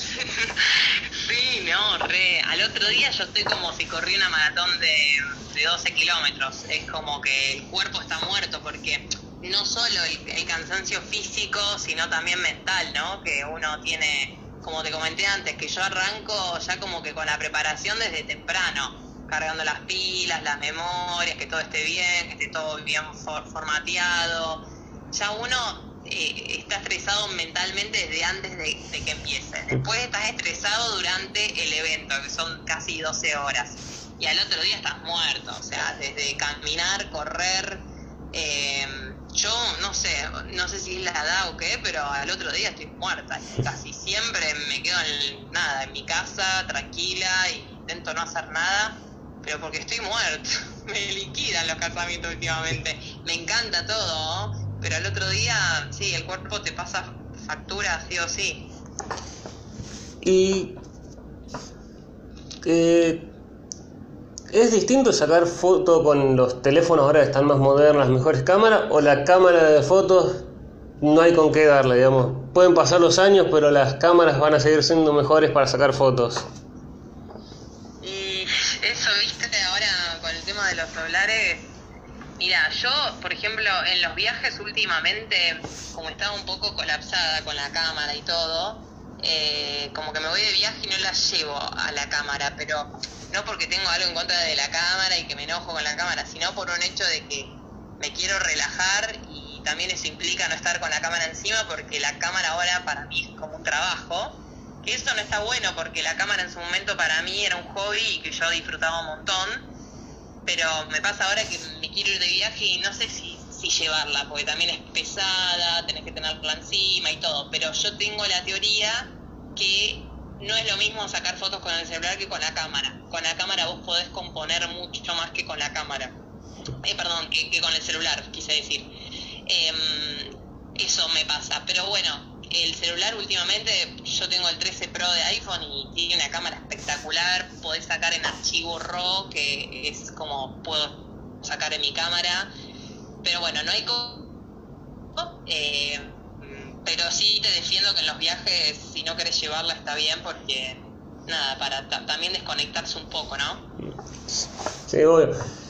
Sí, no, re. Al otro día yo estoy como si corrí una maratón de, de doce kilómetros. Es como que el cuerpo está muerto porque no solo el, el cansancio físico, sino también mental, ¿no? Que uno tiene, como te comenté antes, que yo arranco ya como que con la preparación desde temprano, cargando las pilas, las memorias, que todo esté bien, que esté todo bien for- formateado. Ya uno eh, está estresado mentalmente desde antes de, de que empiece. Después estás estresado durante el evento, que son casi doce horas. Y al otro día estás muerto, o sea, desde caminar, correr. Eh, yo no sé, no sé si es la edad o qué, pero al otro día estoy muerta. Casi siempre me quedo en, nada, en mi casa, tranquila, e intento no hacer nada, pero porque estoy muerto. Me liquidan los casamientos últimamente. Me encanta todo, ¿no? Pero al otro día, sí, el cuerpo te pasa factura, sí o sí. Y eh, ¿Es distinto sacar foto con los teléfonos ahora que están más modernos, las mejores cámaras, o la cámara de fotos no hay con qué darle, digamos? Pueden pasar los años, pero las cámaras van a seguir siendo mejores para sacar fotos. Y eso, viste, ahora con el tema de los celulares, mira, yo, por ejemplo, en los viajes últimamente, como estaba un poco colapsada con la cámara y todo, eh, como que me voy de viaje y no la llevo a la cámara, pero no porque tengo algo en contra de la cámara y que me enojo con la cámara, sino por un hecho de que me quiero relajar, y también eso implica no estar con la cámara encima, porque la cámara ahora para mí es como un trabajo, que eso no está bueno, porque la cámara en su momento para mí era un hobby y que yo disfrutaba un montón, pero me pasa ahora que me quiero ir de viaje y no sé si, si llevarla, porque también es pesada, tenés que tenerla encima y todo, pero yo tengo la teoría que no es lo mismo sacar fotos con el celular que con la cámara. Con la cámara vos podés componer mucho más que con la cámara. Eh, perdón, que, que con el celular, quise decir. Eh, eso me pasa. Pero bueno, el celular últimamente, yo tengo el trece Pro de iPhone y tiene una cámara espectacular. Podés sacar en archivo RAW, que es como puedo sacar en mi cámara. Pero bueno, no hay... Co eh, pero sí te defiendo que en los viajes, si no querés llevarla, está bien, porque nada, para también desconectarse un poco, ¿no? Sí, obvio.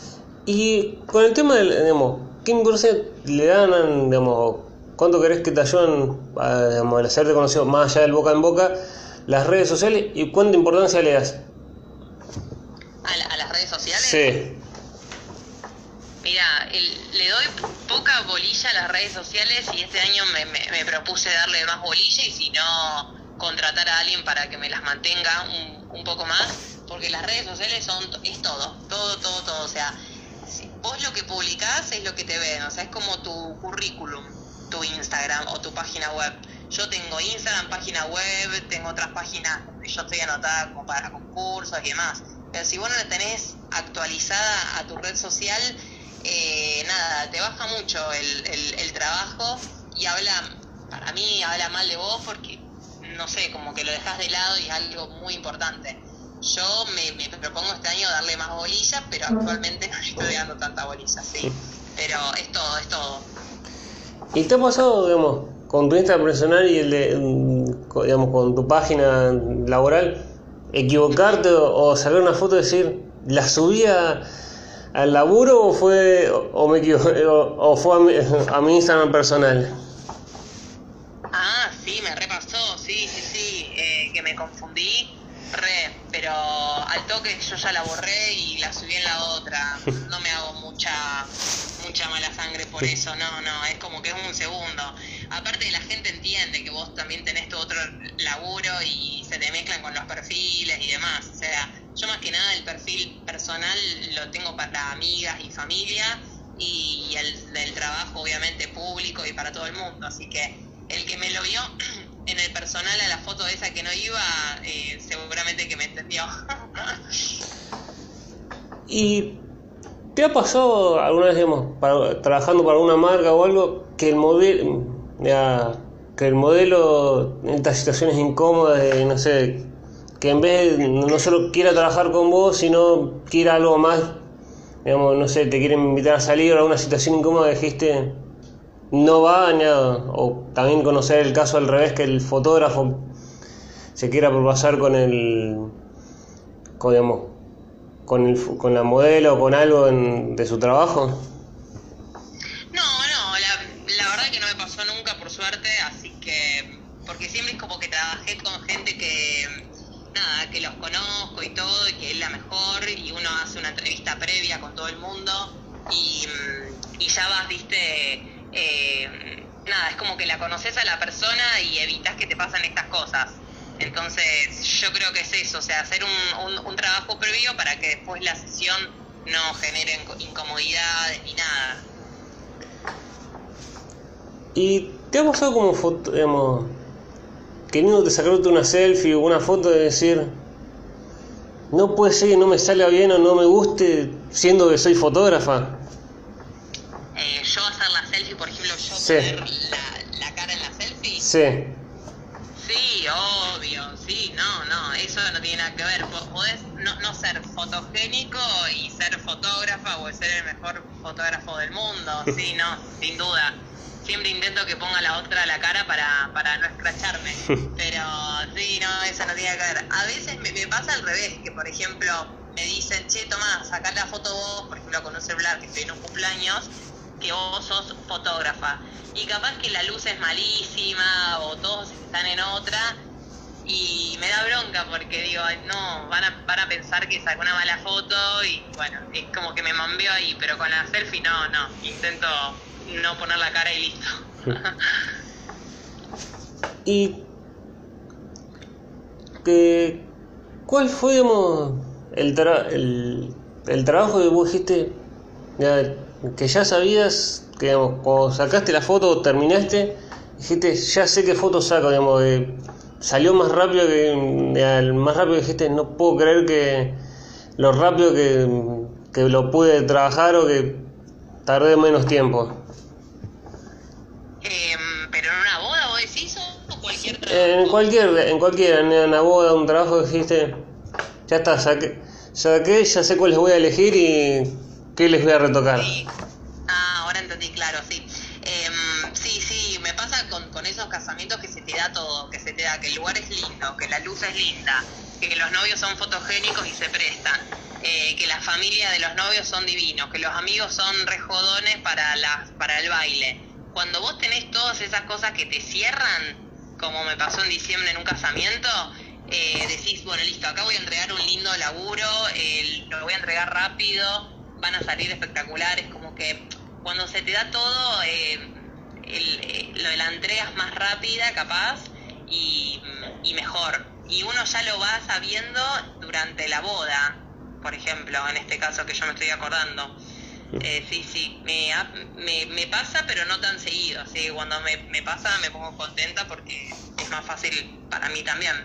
Y con el tema del, digamos, ¿qué importancia le dan, digamos, cuánto querés que te ayuden a, digamos, a hacerte conocido más allá del boca en boca, las redes sociales, y cuánta importancia le das? ¿A, la, a las redes sociales? Sí. Mira, el, le doy poca bolilla a las redes sociales, y este año me, me, me propuse darle más bolilla, y si no, contratar a alguien para que me las mantenga un, un poco más, porque las redes sociales son es todo, todo, todo, todo. O sea, si vos lo que publicás es lo que te ven, o sea, es como tu currículum, tu Instagram o tu página web. Yo tengo Instagram, página web, tengo otras páginas donde yo estoy anotada como para concursos y demás. Pero si vos no la tenés actualizada a tu red social, Eh, nada, te baja mucho el, el, el trabajo, y habla, para mí habla mal de vos, porque no sé, como que lo dejás de lado, y es algo muy importante. Yo me, me propongo este año darle más bolilla, pero actualmente no le estoy dando tanta bolilla, sí, pero es todo, es todo. ¿Y te ha pasado, digamos, con tu Instagram personal y el de, digamos, con tu página laboral, equivocarte o, o sacar una foto y decir, la subí a ¿al laburo o fue o me equivoqué, o, o fue a mi, a mi Instagram personal? Ah, sí, me repasó, sí, sí, sí, eh, que me confundí, re, pero al toque yo ya la borré y la subí en la otra. No me hago mucha mucha mala sangre por eso, no, no, es como que es un segundo. Aparte, la gente entiende que vos también tenés tu otro laburo y se te mezclan con los perfiles y demás. O sea, yo más que nada el perfil personal lo tengo para amigas y familia, y el del trabajo obviamente público y para todo el mundo. Así que el que me lo vio en el personal a la foto esa que no iba, eh, seguramente que me entendió. ¿Y te ha pasado alguna vez, digamos, para, trabajando para alguna marca o algo, que el modelo, ya, que el modelo en estas situaciones incómodas, de, no sé, que en vez de no solo quiera trabajar con vos, sino quiera algo más, digamos, no sé, te quieren invitar a salir a alguna situación incómoda, dijiste, no va, nada? O también conocer el caso al revés, que el fotógrafo se quiera propasar con el, con, digamos, con, el, con la modelo o con algo en, de su trabajo. No, no, la, la verdad que no me pasó nunca, por suerte, así que, porque siempre es como que trabajé con gente que, nada, que los conozco y todo, y que es la mejor, y uno hace una entrevista previa con todo el mundo, y, y ya vas, viste, eh, nada, es como que la conoces a la persona y evitas que te pasen estas cosas. Entonces yo creo que es eso, o sea, hacer un, un, un trabajo previo para que después la sesión no genere incomodidades ni nada. ¿Y te ha pasado como foto, digamos, queriéndote sacarte una selfie o una foto de decir, no puede ser que no me salga bien o no me guste siendo que soy fotógrafa? Eh, yo hacer la selfie, por ejemplo, yo sí. poner la, la cara en la selfie. Sí. Sí, obvio, sí, no, no, eso no tiene nada que ver. Podés, no, no ser fotogénico y ser fotógrafa o ser el mejor fotógrafo del mundo, sí, no, sin duda. Siempre intento que ponga la otra a la cara para, para no escracharme, pero sí, no, eso no tiene que ver. A veces me, me pasa al revés, que por ejemplo me dicen, che, Tomás, sacá la foto vos, por ejemplo con un celular que estoy en un cumpleaños, que vos sos fotógrafa, y capaz que la luz es malísima o todos están en otra, y me da bronca porque digo, no, van a, van a pensar que saco una mala foto y bueno, es como que me mambeo ahí, pero con la selfie no, no, intento no poner la cara y listo. ¿Y que, cuál fue, digamos, el, tra el, el trabajo que vos dijiste, ya, que ya sabías, que digamos, cuando sacaste la foto, terminaste, dijiste, ya sé qué foto saco, digamos, que salió más rápido que, ya, más rápido que dijiste, no puedo creer que lo rápido que, que lo pude trabajar o que tardé menos tiempo? Eh, ¿Pero en una boda vos decís o cualquier trabajo? En cualquier, en cualquiera, en una boda, un trabajo que dijiste, ya está, saqué, saqué, ya sé cuáles voy a elegir y qué les voy a retocar. Sí. Ah, ahora entendí, claro, sí. Eh, sí, sí, me pasa con, con esos casamientos que se te da todo, que se te da que el lugar es lindo, que la luz es linda, que los novios son fotogénicos y se prestan, eh, que la familia de los novios son divinos, que los amigos son re jodones para, las, para el baile. Cuando vos tenés todas esas cosas que te cierran, como me pasó en diciembre en un casamiento, eh, decís, bueno, listo, acá voy a entregar un lindo laburo, eh, lo voy a entregar rápido, van a salir espectaculares, como que cuando se te da todo, eh, el, eh, lo de la entrega es más rápida, capaz, y, y mejor. Y uno ya lo va sabiendo durante la boda, por ejemplo, en este caso que yo me estoy acordando. Eh, sí, sí, me, me, me pasa, pero no tan seguido. Así que cuando me, me pasa me pongo contenta porque es más fácil para mí también.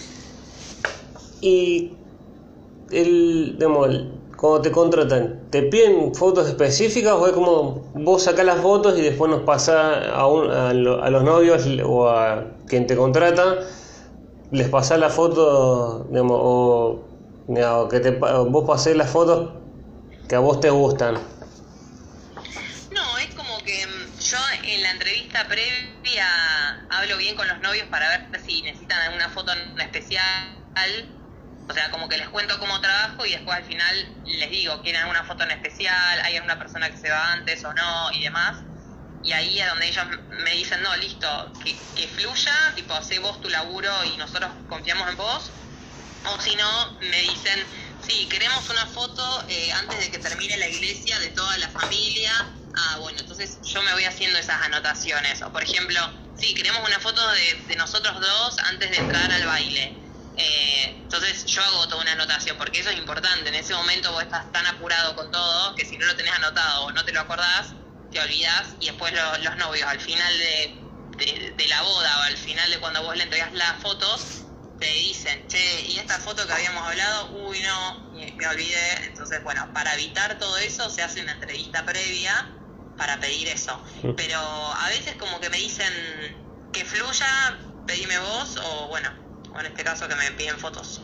Y el, digamos, cuando te contratan, ¿te piden fotos específicas o es como vos sacás las fotos y después nos pasás a, un, a, lo, a los novios o a quien te contrata, les pasás la foto, digamos, o, digamos, que te, vos pasés las fotos que a vos te gustan? No, es como que yo en la entrevista previa hablo bien con los novios para ver si necesitan alguna foto en especial. O sea, como que les cuento cómo trabajo y después al final les digo, ¿quieren alguna foto en especial? ¿Hay alguna persona que se va antes o no? Y demás. Y ahí es donde ellos me dicen, no, listo, que, que fluya, tipo, hacé vos tu laburo y nosotros confiamos en vos. O si no, me dicen, sí, queremos una foto eh, antes de que termine la iglesia de toda la familia. Ah, bueno, entonces yo me voy haciendo esas anotaciones. O por ejemplo, sí, queremos una foto de, de nosotros dos antes de entrar al baile. Eh, entonces yo hago toda una anotación, porque eso es importante. En ese momento vos estás tan apurado con todo que si no lo tenés anotado o no te lo acordás, te olvidás. Y después lo, los novios al final de, de, de la boda o al final de cuando vos le entregás las fotos, te dicen, che, ¿y esta foto que habíamos hablado? Uy, no, me, me olvidé. Entonces, bueno, para evitar todo eso se hace una entrevista previa para pedir eso. Pero a veces como que me dicen que fluya, pedime vos, o bueno, o en este caso que me piden fotos.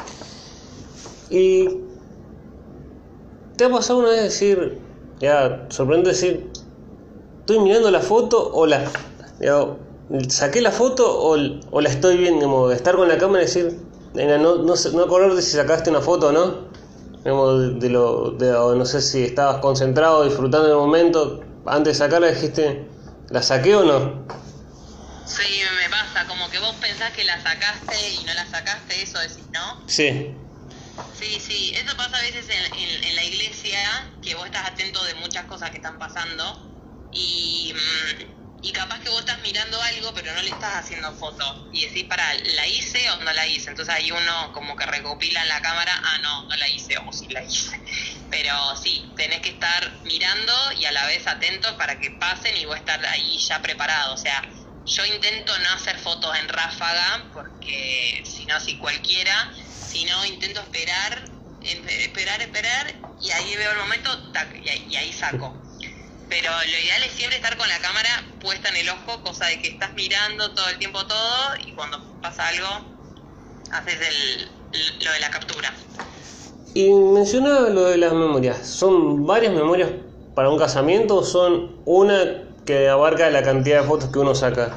¿Y te ha pasado una vez decir, ya, sorprendente decir, estoy mirando la foto o la, ya, saqué la foto o, o la estoy viendo, como estar con la cámara y decir, no, no, no acordarte si sacaste una foto o no? Digamos, de lo, de, no sé si estabas concentrado, disfrutando del momento, antes de sacarla dijiste, ¿la saqué o no? Sí, me pasa, como que vos pensás que la sacaste y no la sacaste, eso decís, ¿no? Sí. Sí, sí, eso pasa a veces en, en, en la iglesia, que vos estás atento de muchas cosas que están pasando y, y capaz que vos estás mirando algo pero no le estás haciendo foto y decís, pará, ¿la hice o no la hice? Entonces ahí uno como que recopila en la cámara, ah, no, no la hice, o sí la hice. Pero sí, tenés que estar mirando y a la vez atento para que pasen y vos estar ahí ya preparado. O sea, yo intento no hacer fotos en ráfaga porque si no, si cualquiera, sino intento esperar, esperar, esperar y ahí veo el momento, tac, y ahí, y ahí saco. Pero lo ideal es siempre estar con la cámara puesta en el ojo, cosa de que estás mirando todo el tiempo todo y cuando pasa algo, haces el, lo de la captura. Y mencionaba lo de las memorias. ¿Son varias memorias para un casamiento o son una que abarca la cantidad de fotos que uno saca?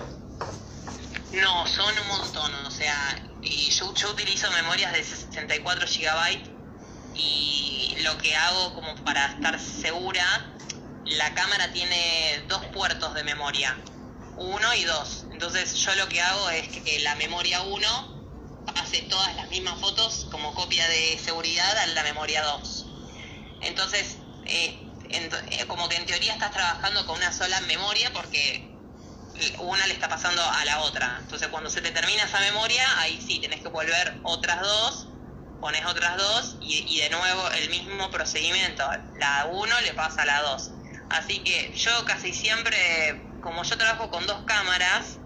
No, son un montón, o sea, y yo, yo utilizo memorias de sesenta y cuatro gigabytes y lo que hago como para estar segura, la cámara tiene dos puertos de memoria, uno y dos. Entonces yo lo que hago es que la memoria uno hace todas las mismas fotos como copia de seguridad a la memoria dos. Entonces, eh, en, eh, como que en teoría estás trabajando con una sola memoria porque una le está pasando a la otra. Entonces cuando se te termina esa memoria, ahí sí, tenés que volver otras dos, pones otras dos y, y de nuevo el mismo procedimiento. La uno le pasa a la dos. Así que yo casi siempre, como yo trabajo con dos cámaras,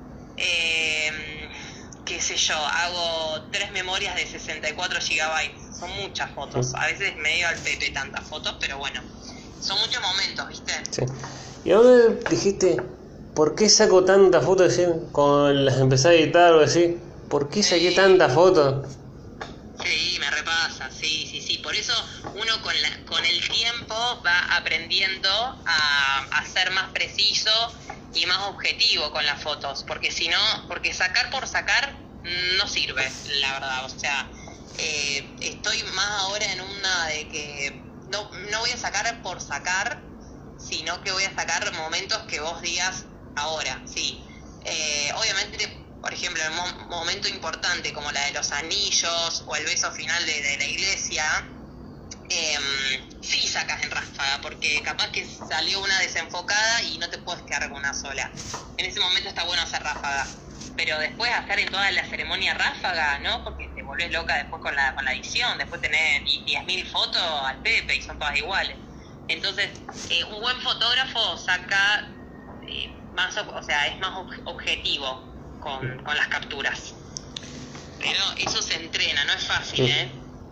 eh, qué sé yo, hago tres memorias de sesenta y cuatro gigabytes. Son muchas fotos. A veces me dio al pepe tantas fotos, pero bueno, son muchos momentos, ¿viste? Sí. Y ahora dijiste, ¿por qué saco tantas fotos? Cuando las empecé a editar o decir, ¿por qué saqué Sí. tantas fotos? Sí, me repasa, sí, sí, sí. Por eso uno con, la, con el tiempo va aprendiendo a, a ser más preciso y más objetivo con las fotos. Porque si no, porque sacar por sacar no sirve, la verdad. O sea, eh, estoy más ahora en una de que no, no voy a sacar por sacar, sino que voy a sacar momentos que vos digas ahora, sí. Eh, obviamente, por ejemplo, en un momento importante como la de los anillos o el beso final de, de la iglesia, eh, sí sacas en ráfaga, porque capaz que salió una desenfocada y no te puedes quedar con una sola. En ese momento está bueno hacer ráfaga, pero después hacer en toda la ceremonia ráfaga, ¿no? Porque te volvés loca después con la, con la edición, después tenés diez mil fotos al pepe y son todas iguales. Entonces, eh, un buen fotógrafo saca eh, más, o sea, es más ob- objetivo con, con las capturas. Pero eso se entrena, no es fácil, ¿eh?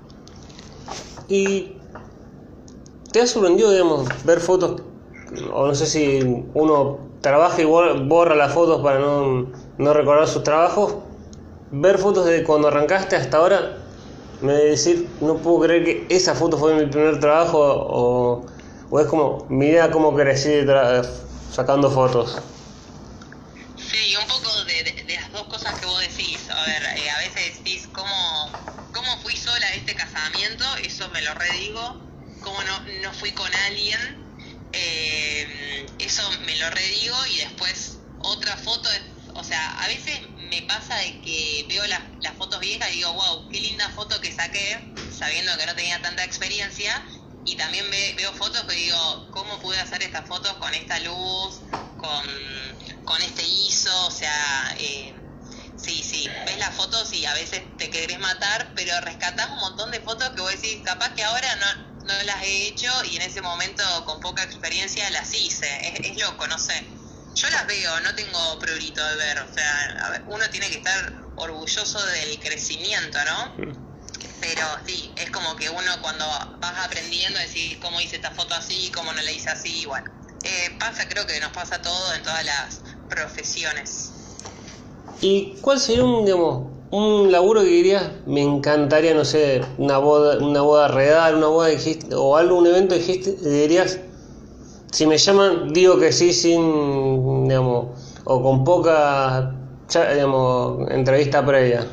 Y te ha sorprendido, digamos, ver fotos, o no sé si uno trabaja y borra las fotos para no, no recordar sus trabajos, ver fotos de cuando arrancaste hasta ahora, me decir, no puedo creer que esa foto fue mi primer trabajo, o, o es como, mira cómo crecí tra- sacando fotos. Sí, un poco de, de, de las dos cosas que vos decís. A ver, eh, a veces decís, ¿cómo, ¿cómo fui sola a este casamiento? Eso me lo redigo. ¿Cómo no, no fui con alguien? Eh, eso me lo redigo. Y después otra foto, es, o sea, a veces me pasa de que veo las, las fotos viejas y digo, wow, qué linda foto que saqué, sabiendo que no tenía tanta experiencia. Y también ve, veo fotos que digo, ¿cómo pude hacer estas fotos con esta luz, con, con este I S O? O sea, eh, sí, sí, ves las fotos y a veces te querés matar, pero rescatás un montón de fotos que vos decís, capaz que ahora no, no las he hecho y en ese momento con poca experiencia las hice. Es, es loco, no sé. Yo las veo, no tengo prurito de ver. O sea, a ver, uno tiene que estar orgulloso del crecimiento, ¿no? Pero sí, es como que uno cuando vas aprendiendo decir cómo hice esta foto así, cómo no la hice así, bueno. Eh, pasa, creo que nos pasa todo en todas las profesiones. ¿Y cuál sería un, digamos, un laburo que dirías, me encantaría, no sé, una boda, una boda real, una boda dijiste, o algo, un evento dijiste, dirías, si me llaman, digo que sí, sin, digamos, o con poca, digamos, entrevista previa?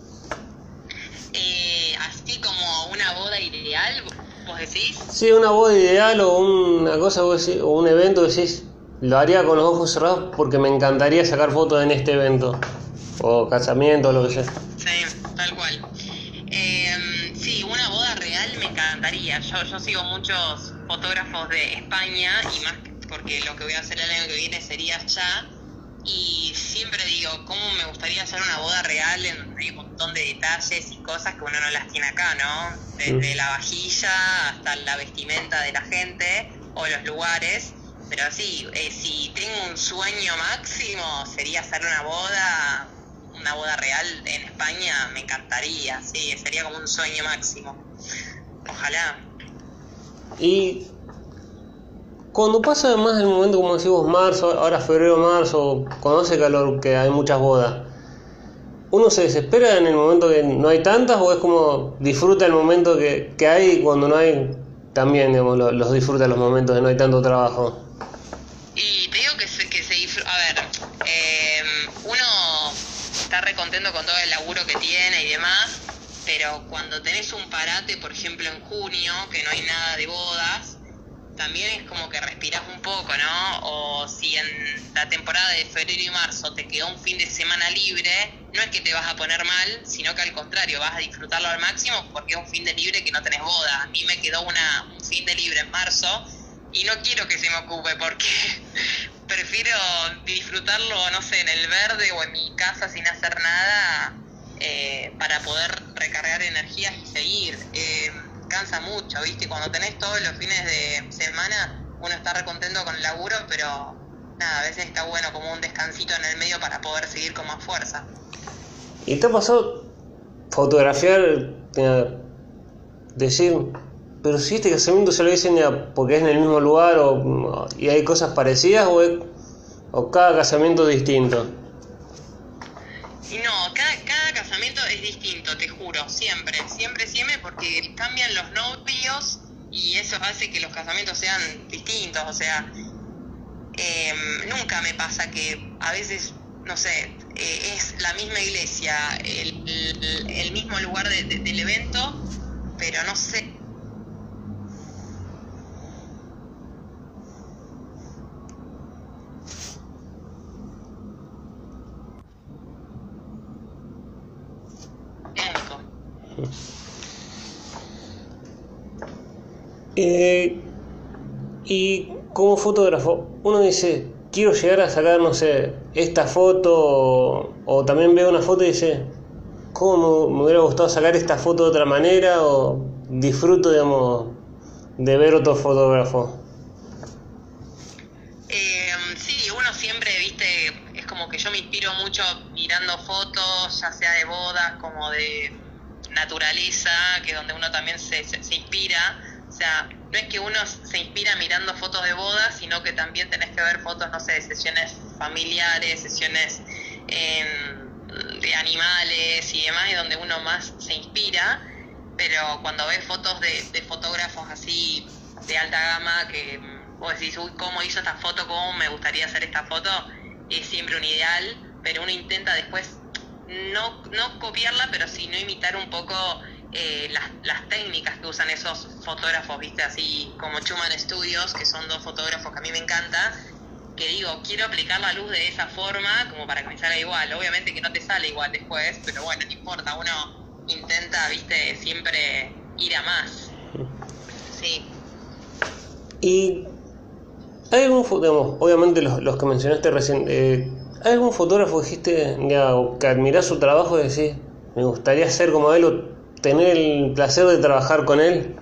Eh, así como una boda ideal, vos decís. Sí, una boda ideal o una cosa, vos decís, o un evento, decís, lo haría con los ojos cerrados porque me encantaría sacar fotos en este evento, o casamiento, o lo que sea. Sí, tal cual. Eh, sí, una boda real me encantaría. Yo, yo sigo muchos fotógrafos de España y más porque lo que voy a hacer el año que viene sería allá. Y siempre digo, ¿cómo me gustaría hacer una boda real en donde hay un montón de detalles y cosas que uno no las tiene acá, ¿no? Desde la vajilla hasta la vestimenta de la gente o los lugares. Pero sí, eh, si tengo un sueño máximo sería hacer una boda, una boda real en España, me encantaría, sí, sería como un sueño máximo. Ojalá. Y cuando pasa más el momento, como decimos, marzo, ahora febrero, marzo, cuando hace calor, que hay muchas bodas, ¿uno se desespera en el momento que no hay tantas o es como disfruta el momento que, que hay y cuando no hay también, digamos, los, los disfruta los momentos que no hay tanto trabajo? Y te digo que se, que se disfruta, a ver, eh, uno está re contento con todo el laburo que tiene y demás, pero cuando tenés un parate, por ejemplo en junio, que no hay nada de bodas, también es como que respirás un poco, ¿no? O si en la temporada de febrero y marzo te quedó un fin de semana libre, no es que te vas a poner mal, sino que al contrario, vas a disfrutarlo al máximo porque es un fin de libre que no tenés boda. A mí me quedó una, un fin de libre en marzo y no quiero que se me ocupe porque prefiero disfrutarlo, no sé, en el verde o en mi casa sin hacer nada, eh, para poder recargar energías y seguir. Eh, cansa mucho, ¿viste? Cuando tenés todos los fines de semana, uno está re contento con el laburo, pero nada, a veces está bueno como un descansito en el medio para poder seguir con más fuerza. ¿Y te ha pasado fotografiar, eh, decir, pero si este casamiento se lo dicen ya porque es en el mismo lugar o, y hay cosas parecidas o, es, o cada casamiento es distinto? Y no, cada, cada casamiento es distinto, te juro, siempre, siempre, siempre, porque cambian los novios y eso hace que los casamientos sean distintos, o sea, eh, nunca me pasa que a veces, no sé, eh, es la misma iglesia, el, el, el mismo lugar de, de, del evento, pero no sé. Eh, y como fotógrafo, uno dice, quiero llegar a sacar, no sé, esta foto, o, o también veo una foto y dice, ¿cómo me, me hubiera gustado sacar esta foto de otra manera? O disfruto, digamos, de ver otro fotógrafo. Eh, sí, uno siempre, viste, es como que yo me inspiro mucho mirando fotos, ya sea de bodas como de naturaleza, que es donde uno también se, se, se inspira. O sea, no es que uno se inspira mirando fotos de bodas, sino que también tenés que ver fotos, no sé, de sesiones familiares, sesiones en, de animales y demás, y donde uno más se inspira. Pero cuando ves fotos de, de fotógrafos así de alta gama, que vos decís, uy, ¿cómo hizo esta foto? ¿Cómo me gustaría hacer esta foto? Es siempre un ideal, pero uno intenta después no, no copiarla, pero sí no imitar un poco eh, las, las técnicas que usan esos fotógrafos, viste, así como Schumann Studios, que son dos fotógrafos que a mí me encanta, que digo, quiero aplicar la luz de esa forma como para que me salga igual. Obviamente que no te sale igual después, pero bueno, no importa, uno intenta, viste, siempre ir a más. Sí. Y hay algún, digamos, obviamente los, los que mencionaste recién, eh, ¿hay algún fotógrafo que dijiste, ya, que admirás su trabajo y decís, me gustaría ser como él o tener el placer de trabajar con él?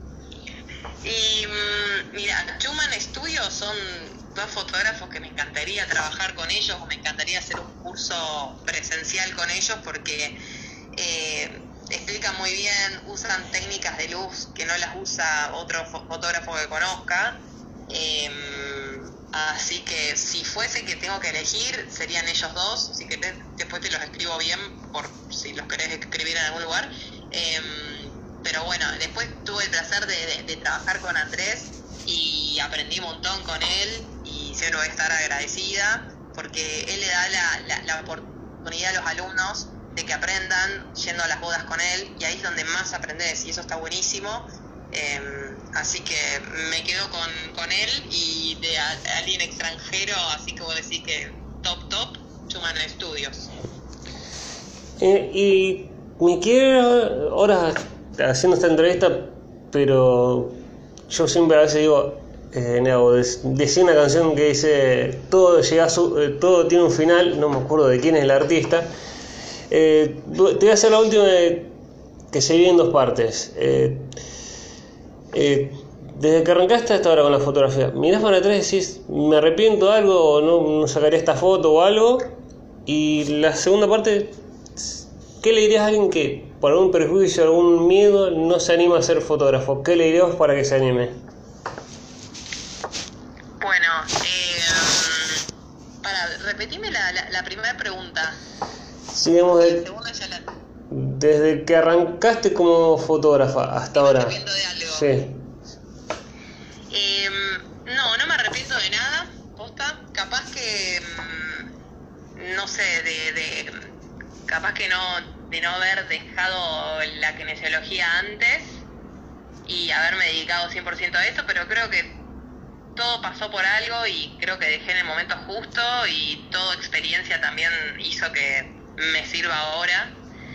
Y mmm, mira, Schumann Studios son dos fotógrafos que me encantaría trabajar con ellos, o me encantaría hacer un curso presencial con ellos, porque eh, explican muy bien, usan técnicas de luz que no las usa otro fotógrafo que conozca. Eh, así que si fuese que tengo que elegir, serían ellos dos. Si querés, después te los escribo bien por si los querés escribir en algún lugar. Eh, pero bueno, después tuve el placer de, de, de trabajar con Andrés y aprendí un montón con él y siempre voy a estar agradecida porque él le da la, la, la oportunidad a los alumnos de que aprendan yendo a las bodas con él, y ahí es donde más aprendes y eso está buenísimo. Eh, así que me quedo con, con él y de a, a alguien extranjero, así que vos decís que top top, Schumann Studios. Eh, y me quiero ahora haciendo esta entrevista, pero yo siempre a veces digo, eh, no, decía una canción que dice todo llega a su, eh, todo tiene un final, no me acuerdo de quién es el artista. Eh, te voy a hacer la última de, que se divide en dos partes. Eh, eh, desde que arrancaste hasta ahora con la fotografía, mirás para atrás y decís, me arrepiento de algo o no, no sacaría esta foto o algo. Y la segunda parte, ¿qué le dirías a alguien que por algún prejuicio, algún miedo no se anima a ser fotógrafo? ¿Qué le dirías para que se anime? Bueno, eh, para, repetime la, la, la primera pregunta. Sí, digamos, La de- segunda ya la... desde que arrancaste como fotógrafa hasta ¿Me ahora. arrepiento de algo? Sí. Eh, no, no me arrepiento de nada, posta. Capaz que, mm, no sé, de, de, capaz que no, de no haber dejado la kinesiología antes y haberme dedicado cien por ciento a eso, pero creo que todo pasó por algo y creo que dejé en el momento justo y toda experiencia también hizo que me sirva ahora.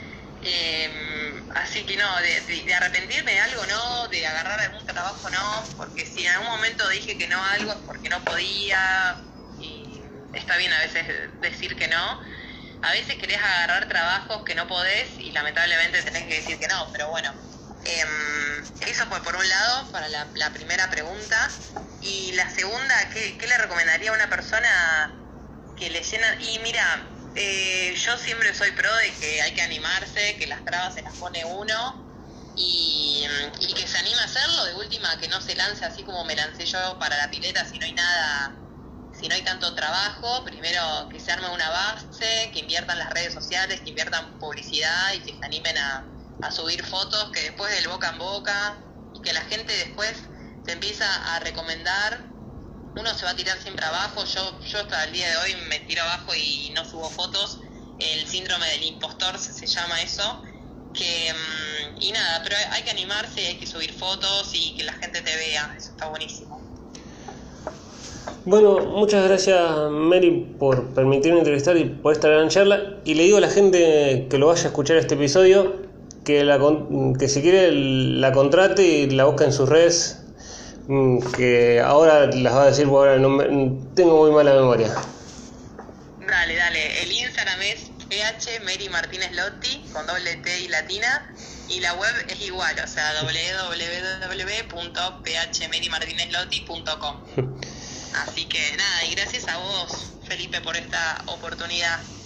Eh, así que no, de, de, de arrepentirme de algo no, de agarrar algún trabajo no, porque si en algún momento dije que no a algo es porque no podía, y está bien a veces decir que no. A veces querés agarrar trabajos que no podés y lamentablemente tenés que decir que no, pero bueno. Eh, eso fue por un lado, para la, la primera pregunta. Y la segunda, ¿qué, qué le recomendaría a una persona que le llena? Y mira, eh, yo siempre soy pro de que hay que animarse, que las trabas se las pone uno y, y que se anime a hacerlo. De última, que no se lance así como me lancé yo para la pileta si no hay nada, si no hay tanto trabajo. Primero que se arme una base, que inviertan las redes sociales, que inviertan publicidad y que se animen a, a subir fotos, que después del boca en boca y que la gente después te empieza a recomendar. Uno se va a tirar siempre abajo. Yo yo hasta el día de hoy me tiro abajo y no subo fotos. El síndrome del impostor se, se llama eso. Que mmm, y nada, pero hay que animarse y hay que subir fotos y que la gente te vea. Eso está buenísimo. Bueno, muchas gracias Mary por permitirme entrevistar y por esta gran charla. Y le digo a la gente que lo vaya a escuchar este episodio que, la, que si quiere la contrate y la busque en sus redes, que ahora las va a decir, ahora no me, tengo muy mala memoria. Dale, dale. El Instagram es ph Mary Martínez Lotti con doble T y latina, y la web es igual, o sea, doble u doble u doble u punto p h mary martinez lotti punto com. Así que nada, y gracias a vos, Felipe, por esta oportunidad.